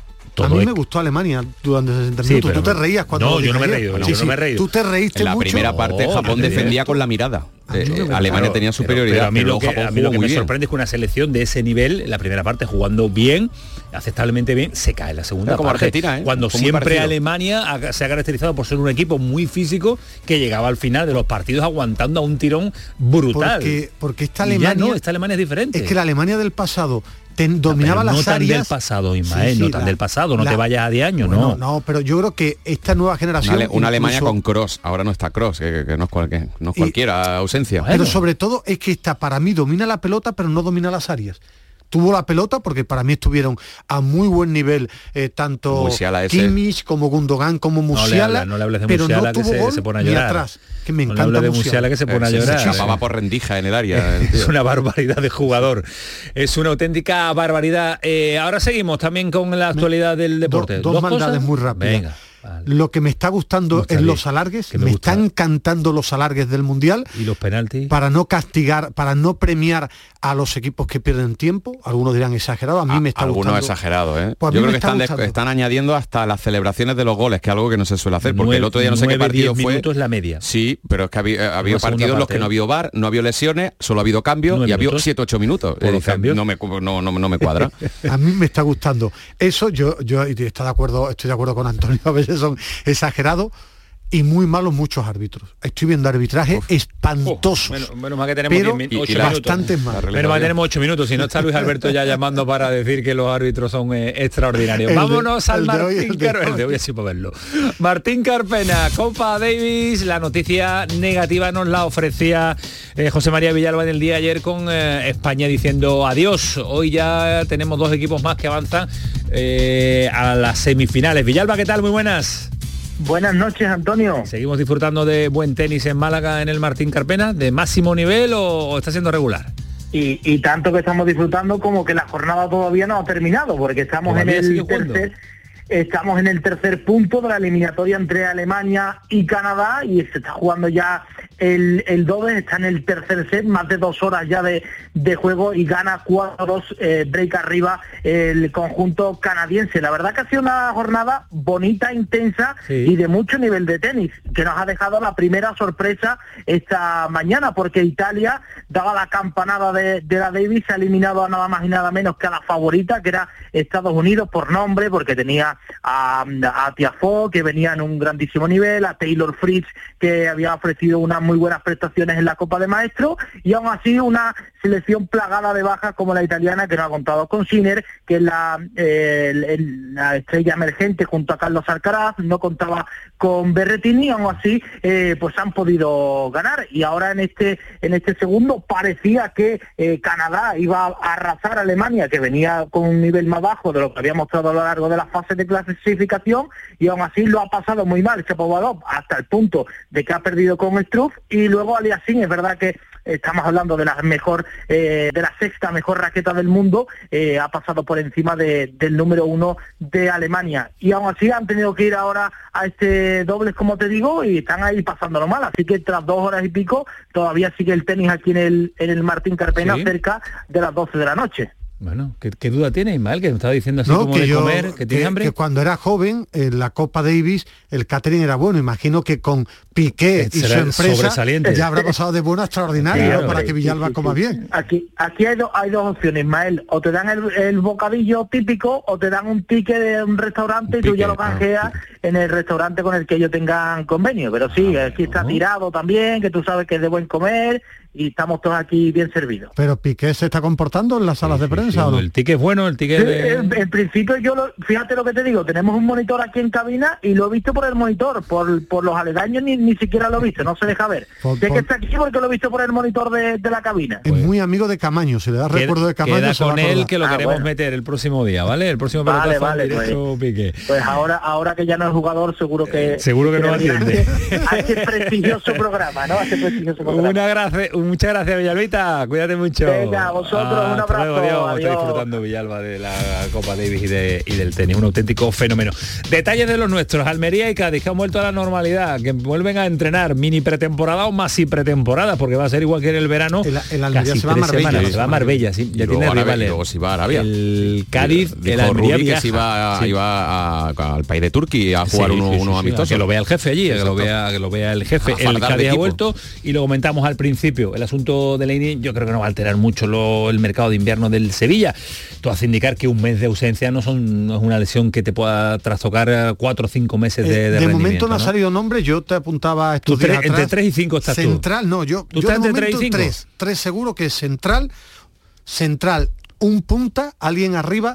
Speaker 1: A mí
Speaker 3: es-
Speaker 1: me gustó Alemania durante sesenta
Speaker 3: Sí,
Speaker 1: minutos.
Speaker 3: pero
Speaker 1: Tú te
Speaker 3: no.
Speaker 1: reías cuando
Speaker 3: No,
Speaker 1: lo
Speaker 3: yo
Speaker 1: dije
Speaker 3: no me he
Speaker 1: ayer.
Speaker 3: reído, no,
Speaker 1: Sí,
Speaker 3: yo no me he
Speaker 1: sí,
Speaker 3: reído.
Speaker 1: Tú te reíste
Speaker 4: En la
Speaker 1: mucho.
Speaker 4: primera parte
Speaker 3: No,
Speaker 4: Japón
Speaker 3: no,
Speaker 4: defendía
Speaker 3: no.
Speaker 4: con la mirada.
Speaker 1: A mí no
Speaker 4: Eh,
Speaker 1: me-
Speaker 4: Alemania
Speaker 1: claro,
Speaker 4: tenía
Speaker 3: Pero-
Speaker 4: superioridad,
Speaker 3: pero a mí
Speaker 4: pero
Speaker 3: lo que,
Speaker 4: Japón
Speaker 3: a mí lo
Speaker 4: jugó
Speaker 3: que
Speaker 4: muy
Speaker 3: me
Speaker 4: bien.
Speaker 3: sorprende es que una selección de ese nivel, la primera parte jugando bien, aceptablemente bien, se cae en la segunda
Speaker 4: Era como
Speaker 3: parte.
Speaker 4: Argentina, ¿eh?
Speaker 3: Cuando
Speaker 4: Fue muy
Speaker 3: siempre
Speaker 4: parecido.
Speaker 3: Alemania ha- se ha caracterizado por ser un equipo muy físico que llegaba al final de los partidos aguantando a un tirón brutal.
Speaker 1: Porque, porque esta
Speaker 3: Y ya
Speaker 1: Alemania,
Speaker 3: no, esta Alemania es diferente.
Speaker 1: es que la Alemania del pasado ten- dominaba
Speaker 3: Pero no
Speaker 1: las
Speaker 3: tan
Speaker 1: áreas.
Speaker 3: del pasado, Ismael,
Speaker 1: Sí, sí,
Speaker 3: no tan
Speaker 1: la-
Speaker 3: del pasado, no
Speaker 1: la-
Speaker 3: te vayas a diez años,
Speaker 1: Bueno,
Speaker 3: no.
Speaker 1: no, pero yo creo que esta nueva generación,
Speaker 4: Una, Ale- una Alemania
Speaker 1: incluso-
Speaker 4: con Kroos, ahora no está Kroos, que, que no es, cualquier, no es
Speaker 1: Y-
Speaker 4: cualquiera ausencia.
Speaker 1: Pero sobre todo es que esta para mí domina la pelota, pero no domina las áreas. Tuvo la pelota porque para mí estuvieron a muy buen nivel eh, tanto
Speaker 4: Musiala ese.
Speaker 1: Kimmich como Gundogan como
Speaker 3: No le
Speaker 1: Musiala,
Speaker 3: hablas, no le hables de
Speaker 1: pero
Speaker 3: Musiala,
Speaker 1: no
Speaker 3: que
Speaker 1: tuvo
Speaker 3: se-
Speaker 1: gol
Speaker 3: se pone a
Speaker 1: ni
Speaker 3: llorar.
Speaker 1: atrás, que me
Speaker 3: No le
Speaker 1: encanta
Speaker 3: hables de
Speaker 1: Musiala.
Speaker 3: Musiala, que se pone a
Speaker 4: Eh, se-
Speaker 3: llorar.
Speaker 4: Se escapaba por rendija en el área. el tío.
Speaker 3: Es una barbaridad de jugador. Es una auténtica barbaridad. Eh, ahora seguimos también con la actualidad del deporte.
Speaker 1: Do- dos maldades
Speaker 3: cosas?
Speaker 1: muy rápidas.
Speaker 3: Venga.
Speaker 1: Lo que me está gustando
Speaker 3: Me gusta
Speaker 1: es
Speaker 3: bien.
Speaker 1: los alargues,
Speaker 3: Que me
Speaker 1: me,
Speaker 3: gusta.
Speaker 1: están encantando los alargues del Mundial
Speaker 3: Y los penaltis.
Speaker 1: para no castigar, para no premiar a los equipos que pierden tiempo. Algunos dirán exagerado, a mí me está
Speaker 4: Algunos
Speaker 1: gustando.
Speaker 4: exagerados, ¿eh?
Speaker 1: Pues a mí
Speaker 4: Yo
Speaker 1: me
Speaker 4: creo que
Speaker 1: está
Speaker 4: están, des-
Speaker 1: gustando.
Speaker 4: están añadiendo hasta las celebraciones de los goles, que es algo que no se suele hacer, porque
Speaker 3: Nueve-
Speaker 4: el otro día no sé qué
Speaker 3: nueve,
Speaker 4: partido
Speaker 3: diez
Speaker 4: fue.
Speaker 3: minutos la media.
Speaker 4: Sí, pero es que ha, habi- ha habido
Speaker 3: Una segunda
Speaker 4: partidos en los
Speaker 3: parte,
Speaker 4: que no ha
Speaker 3: ¿eh?
Speaker 4: habido V A R, no ha habido lesiones, solo ha habido cambios
Speaker 3: Nueve
Speaker 4: y ha habido
Speaker 3: minutos.
Speaker 4: siete ocho minutos.
Speaker 3: ¿Por
Speaker 4: Y
Speaker 3: los
Speaker 4: dices,
Speaker 3: cambios?
Speaker 4: no, me, cu- no, no, no me cuadra.
Speaker 1: A mí me está gustando. Eso yo yo y está de acuerdo, estoy de acuerdo con Antonio, a veces son exagerados y muy malos muchos árbitros. Estoy viendo arbitraje espantoso.
Speaker 3: Menos, menos mal que tenemos
Speaker 1: pero
Speaker 3: diez min- ocho
Speaker 4: y la-
Speaker 3: minutos.
Speaker 1: bastantes más.
Speaker 3: Menos mal que tenemos ocho minutos. Si no está Luis Alberto ya llamando para decir que los árbitros son eh, extraordinarios.
Speaker 1: El de-
Speaker 3: Vámonos al
Speaker 1: el de hoy,
Speaker 3: Martín
Speaker 1: el de
Speaker 3: Carpena. El de hoy así para verlo. Martín Carpena, Copa Davis. La noticia negativa nos la ofrecía eh, José María Villalba en el día de ayer con eh, España diciendo adiós. Hoy ya tenemos dos equipos más que avanzan eh, a las semifinales. Villalba, ¿qué tal? Muy buenas.
Speaker 9: Buenas noches, Antonio.
Speaker 3: ¿Seguimos disfrutando de buen tenis en Málaga en el Martín Carpena? ¿De máximo nivel o, o está siendo regular?
Speaker 9: Y, y tanto que estamos disfrutando como que la jornada todavía no ha terminado, porque estamos en
Speaker 3: ¿Todavía sigue
Speaker 9: el
Speaker 3: jugando?
Speaker 9: tercer estamos en el tercer punto de la eliminatoria entre Alemania y Canadá y se está jugando ya el, el doble, está en el tercer set, más de dos horas ya de, de juego y gana cuatro dos, eh, break arriba el conjunto canadiense. La verdad que ha sido una jornada bonita, intensa sí. y de mucho nivel de tenis, que nos ha dejado la primera sorpresa esta mañana, porque Italia, daba la campanada de, de la Davis, se ha eliminado a nada más y nada menos que a la favorita, que era Estados Unidos por nombre, porque tenía a, a Tiafoe, que venía en un grandísimo nivel, a Taylor Fritz, que había ofrecido unas muy buenas prestaciones en la Copa de Maestros, y aún así una selección plagada de bajas como la italiana, que no ha contado con Sinner, que es la, eh, el, el, la estrella emergente junto a Carlos Alcaraz, no contaba con Berrettini, aún así eh, pues han podido ganar, y ahora en este en este segundo parecía que eh, Canadá iba a arrasar a Alemania, que venía con un nivel más bajo de lo que había mostrado a lo largo de las fases de clasificación, y aún así lo ha pasado muy mal Shapovalov, hasta el punto de que ha perdido con Struff, y luego Aliassime, es verdad que estamos hablando de la mejor, eh, de la sexta mejor raqueta del mundo, eh, ha pasado por encima de, del número uno de Alemania, y aún así han tenido que ir ahora a este dobles, como te digo, y están ahí pasándolo mal, así que tras dos horas y pico todavía sigue el tenis aquí en el, en el Martín Carpena, ¿sí?, cerca de las doce de la noche.
Speaker 3: Bueno, ¿qué, qué duda tiene Ismael? Que me estaba diciendo así no, como
Speaker 1: que
Speaker 3: de
Speaker 1: yo,
Speaker 3: comer, que tiene
Speaker 1: que,
Speaker 3: hambre.
Speaker 1: Que cuando era joven, en la Copa Davis, el catering era bueno. Imagino que con Piqué y su empresa ya habrá pasado de bueno a extraordinario, claro, ¿no? Para que Villalba sí, sí, coma sí. bien.
Speaker 9: Aquí aquí hay, do, hay dos opciones, Ismael. O te dan el, el bocadillo típico o te dan un ticket de un restaurante un y tú pique, ya lo canjeas ah, en el restaurante con el que ellos tengan convenio. Pero sí, ah, aquí está no. tirado también, que tú sabes que es de buen comer, y estamos todos aquí bien servidos.
Speaker 1: Pero Piqué se está comportando en las salas sí, de prensa, sí, sí. ¿o no?
Speaker 3: El ticket es bueno, el ticket
Speaker 9: sí,
Speaker 3: de...
Speaker 9: en, en principio yo lo, fíjate lo que te digo, tenemos un monitor aquí en cabina y lo he visto por el monitor, por, por los aledaños ni, ni siquiera lo he visto, no se deja ver. Por, sé por... que está aquí porque lo he visto por el monitor de, de la cabina.
Speaker 1: Es pues, muy amigo de Camaño, si le da recuerdo de Camaño.
Speaker 3: Queda con él que lo ah, queremos bueno. meter el próximo día, ¿vale? El próximo
Speaker 9: vale, vale,
Speaker 3: directo,
Speaker 9: pues,
Speaker 3: Piqué.
Speaker 9: Pues ahora, ahora que ya no es jugador, seguro que...
Speaker 3: Eh, seguro que, que no atiende.
Speaker 9: A este prestigioso programa, ¿no? A este prestigioso programa.
Speaker 3: Una gracia, muchas gracias, Villalba. Cuídate mucho.
Speaker 9: Venga, vosotros, ah, un abrazo.
Speaker 3: Luego, adiós.
Speaker 9: Adiós.
Speaker 3: Estoy disfrutando Villalba de la Copa Davis y, de, y del tenis, un auténtico fenómeno. Detalles de los nuestros, Almería y Cádiz, que han vuelto a la normalidad, que vuelven a entrenar, mini pretemporada o más y pretemporada, porque va a ser igual que en el verano.
Speaker 1: El, el Almería se va a Marbella.
Speaker 3: Semanas, sí, se va a Marbella, sí. Ya tiene rivales.
Speaker 4: Luego se va a Arabia.
Speaker 3: El Cádiz,
Speaker 4: el Almería que se iba, sí. iba a, al país de Turquía a jugar sí, uno, sí, sí, unos sí, amistosos.
Speaker 3: Que lo vea el jefe allí, que lo vea, que lo vea el jefe. El Cádiz ha vuelto y lo comentamos al principio. El asunto de Leini, yo creo que no va a alterar mucho lo, el mercado de invierno del Sevilla. Tú hace indicar que un mes de ausencia no, son, no es una lesión que te pueda trastocar cuatro o cinco meses de, de,
Speaker 1: de
Speaker 3: rendimiento.
Speaker 1: De momento no,
Speaker 3: ¿no?
Speaker 1: ha salido nombre, yo te apuntaba a estos días atrás.
Speaker 3: Entre tres y cinco estás
Speaker 1: Central,
Speaker 3: tú.
Speaker 1: no, yo,
Speaker 3: ¿Tú
Speaker 1: yo
Speaker 3: estás
Speaker 1: de
Speaker 3: entre
Speaker 1: momento
Speaker 3: tres y cinco?
Speaker 1: Tres, tres seguro que es Central, Central, un punta, alguien arriba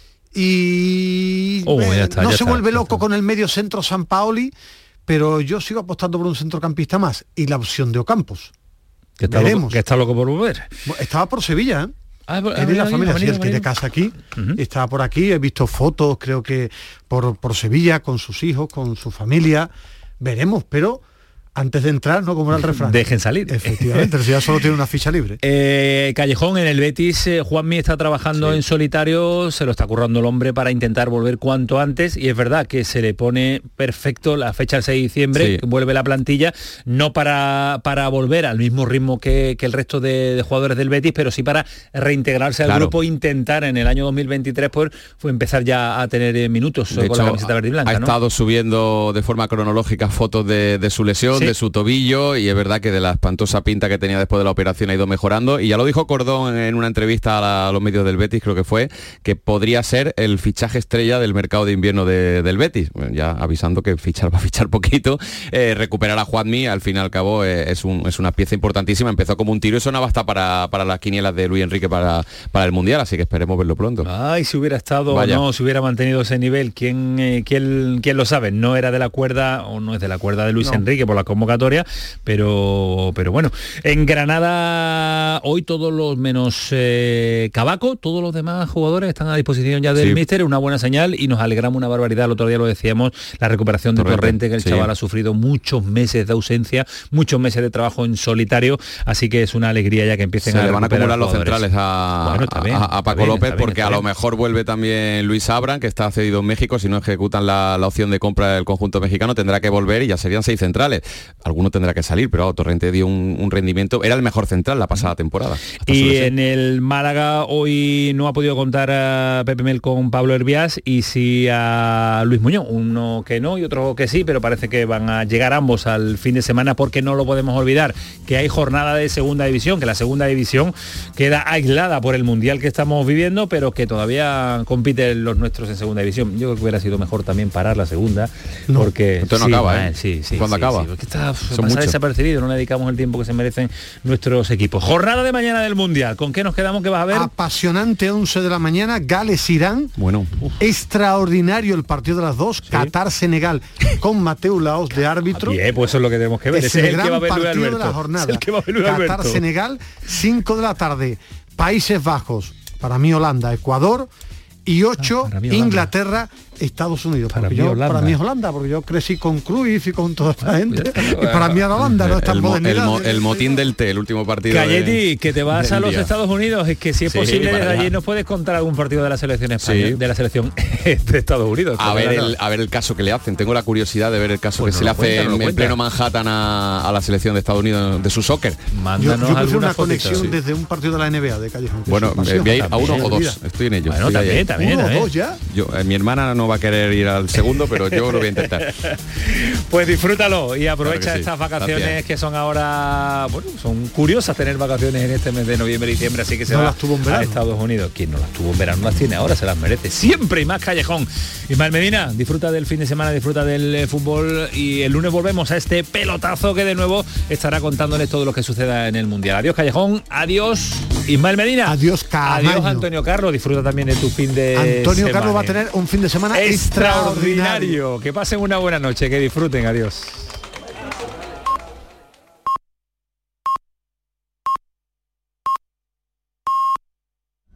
Speaker 1: y
Speaker 3: oh, eh, está,
Speaker 1: no se
Speaker 3: está,
Speaker 1: vuelve
Speaker 3: ya
Speaker 1: loco
Speaker 3: está.
Speaker 1: con el medio centro Sampaoli, pero yo sigo apostando por un centrocampista más y la opción de Ocampos.
Speaker 3: Que está, loco, que está loco por volver.
Speaker 1: Estaba por Sevilla, ¿eh?
Speaker 3: Ah,
Speaker 1: él y la familia, sí, él tiene casa aquí, uh-huh. estaba por aquí, he visto fotos, creo que por, por Sevilla, con sus hijos, con su familia, veremos, pero antes de entrar, no como era el refrán.
Speaker 3: Dejen salir.
Speaker 1: Efectivamente, ya solo tiene una ficha libre.
Speaker 3: Eh, Callejón, en el Betis, eh, Juanmi está trabajando sí. en solitario, se lo está currando el hombre para intentar volver cuanto antes, y es verdad que se le pone perfecto la fecha del seis de diciembre, sí. vuelve la plantilla, no para, para volver al mismo ritmo que, que el resto de, de jugadores del Betis, pero sí para reintegrarse al claro. grupo, intentar en el año dos mil veintitrés pues, fue empezar ya a tener eh, minutos de con hecho, la camiseta verde y blanca.
Speaker 4: Ha
Speaker 3: ¿no?
Speaker 4: estado subiendo de forma cronológica fotos de, de su lesión, sí. de su tobillo, y es verdad que de la espantosa pinta que tenía después de la operación ha ido mejorando, y ya lo dijo Cordón en una entrevista a, la, a los medios del Betis, creo que fue, que podría ser el fichaje estrella del mercado de invierno de, del Betis, bueno, ya avisando que fichar va a fichar poquito, eh, recuperar a Juanmi, al fin y al cabo eh, es, un, es una pieza importantísima, empezó como un tiro y sonaba hasta para, para las quinielas de Luis Enrique para, para el Mundial, así que esperemos verlo pronto.
Speaker 3: Ay, si hubiera estado o no, si hubiera mantenido ese nivel, ¿quién, eh, quién, quién lo sabe? No era de la cuerda, o no es de la cuerda de Luis no. Enrique por la convocatoria, pero pero bueno, en Granada hoy todos los menos eh, Cabaco, todos los demás jugadores están a disposición ya del sí. míster, una buena señal, y nos alegramos una barbaridad. El otro día lo decíamos, la recuperación de Torrente, Torrente que el sí. chaval ha sufrido muchos meses de ausencia, muchos meses de trabajo en solitario, así que es una alegría ya que empiecen
Speaker 4: Se
Speaker 3: a
Speaker 4: le van a acumular los centrales a, bueno, bien, a, a Paco bien, López, bien, porque a lo mejor vuelve también Luis Abran, que está cedido en México, si no ejecutan la, la opción de compra del conjunto mexicano tendrá que volver y ya serían seis centrales. alguno tendrá que salir, pero claro, Torrente dio un, un rendimiento, era el mejor central la pasada temporada.
Speaker 3: Y en el Málaga hoy no ha podido contar a Pepe Mel con Pablo Herbiás y sí a Luis Muñoz, uno que no y otro que sí, pero parece que van a llegar ambos al fin de semana, porque no lo podemos olvidar que hay jornada de segunda división, que la segunda división queda aislada por el mundial que estamos viviendo, pero que todavía compiten los nuestros en segunda división. Yo creo que hubiera sido mejor también parar la segunda, no, porque
Speaker 4: esto no
Speaker 3: sí,
Speaker 4: acaba, ¿eh?
Speaker 3: Sí, sí,
Speaker 4: ¿Cuándo
Speaker 3: sí,
Speaker 4: acaba?
Speaker 3: Sí, porque está, pasa desapercibido, no le dedicamos el tiempo que se merecen nuestros equipos. Jornada de mañana del mundial, ¿con qué nos quedamos? ¿Qué vas a ver?
Speaker 1: Apasionante, once de la mañana, Gales-Irán.
Speaker 4: Bueno,
Speaker 1: uf. Extraordinario el partido de las dos, ¿sí? Qatar-Senegal con Mateu Laos de árbitro.
Speaker 3: Bien, pues eso es lo que tenemos que ver.
Speaker 1: Es
Speaker 3: Ese
Speaker 1: el,
Speaker 3: es el
Speaker 1: gran
Speaker 3: que va a ver Luis
Speaker 1: partido
Speaker 3: Alberto.
Speaker 1: de la jornada.
Speaker 3: Es el que va a ver Luis Alberto.
Speaker 1: Qatar-Senegal, cinco de la tarde, Países Bajos, para mí Holanda, Ecuador, y ocho, ah, Inglaterra, Estados Unidos. Para mí, yo, para mí es Holanda, porque yo crecí con Cruyff y con toda esta gente. Y para mí era Holanda, no está
Speaker 4: el, mo, el, mo,
Speaker 1: de...
Speaker 4: el motín del té, el último partido.
Speaker 3: Cayeti, de, que te vas a los día. Estados Unidos, es que si es sí, posible desde allí nos puedes contar algún partido de la selección española, sí. de la selección de Estados Unidos.
Speaker 4: A ver, el, a ver el caso que le hacen. Tengo la curiosidad de ver el caso pues que no se le hace cuenta, en, en pleno Manhattan a, a la selección de Estados Unidos de su soccer.
Speaker 1: Mándanos yo, yo una conexión sí. desde un partido de la N B A de Callejón.
Speaker 4: Bueno, voy a ir a uno o dos. Estoy en ello.
Speaker 3: Bueno, también, también.
Speaker 1: ¿Uno o dos ya?
Speaker 4: Yo, mi hermana no va a querer ir al segundo, pero yo lo voy a intentar.
Speaker 3: Pues disfrútalo y aprovecha claro sí. estas vacaciones. Gracias. Que son ahora, bueno, son curiosas tener vacaciones en este mes de noviembre y diciembre, así que se
Speaker 1: no
Speaker 3: va
Speaker 1: las tuvo en verano.
Speaker 3: A Estados Unidos. Quien no las tuvo en verano las tiene ahora, se las merece. Siempre y más Callejón. Ismael Medina, disfruta del fin de semana, disfruta del eh, fútbol y el lunes volvemos a este pelotazo que de nuevo estará contándoles todo lo que suceda en el Mundial. Adiós Callejón, adiós Ismael Medina.
Speaker 1: Adiós Camaño.
Speaker 3: Adiós Antonio Carlos, disfruta también de tu fin de
Speaker 1: Antonio
Speaker 3: semana.
Speaker 1: Carlos va a tener un fin de semana extraordinario.
Speaker 3: extraordinario. Que pasen una buena noche, que disfruten, adiós.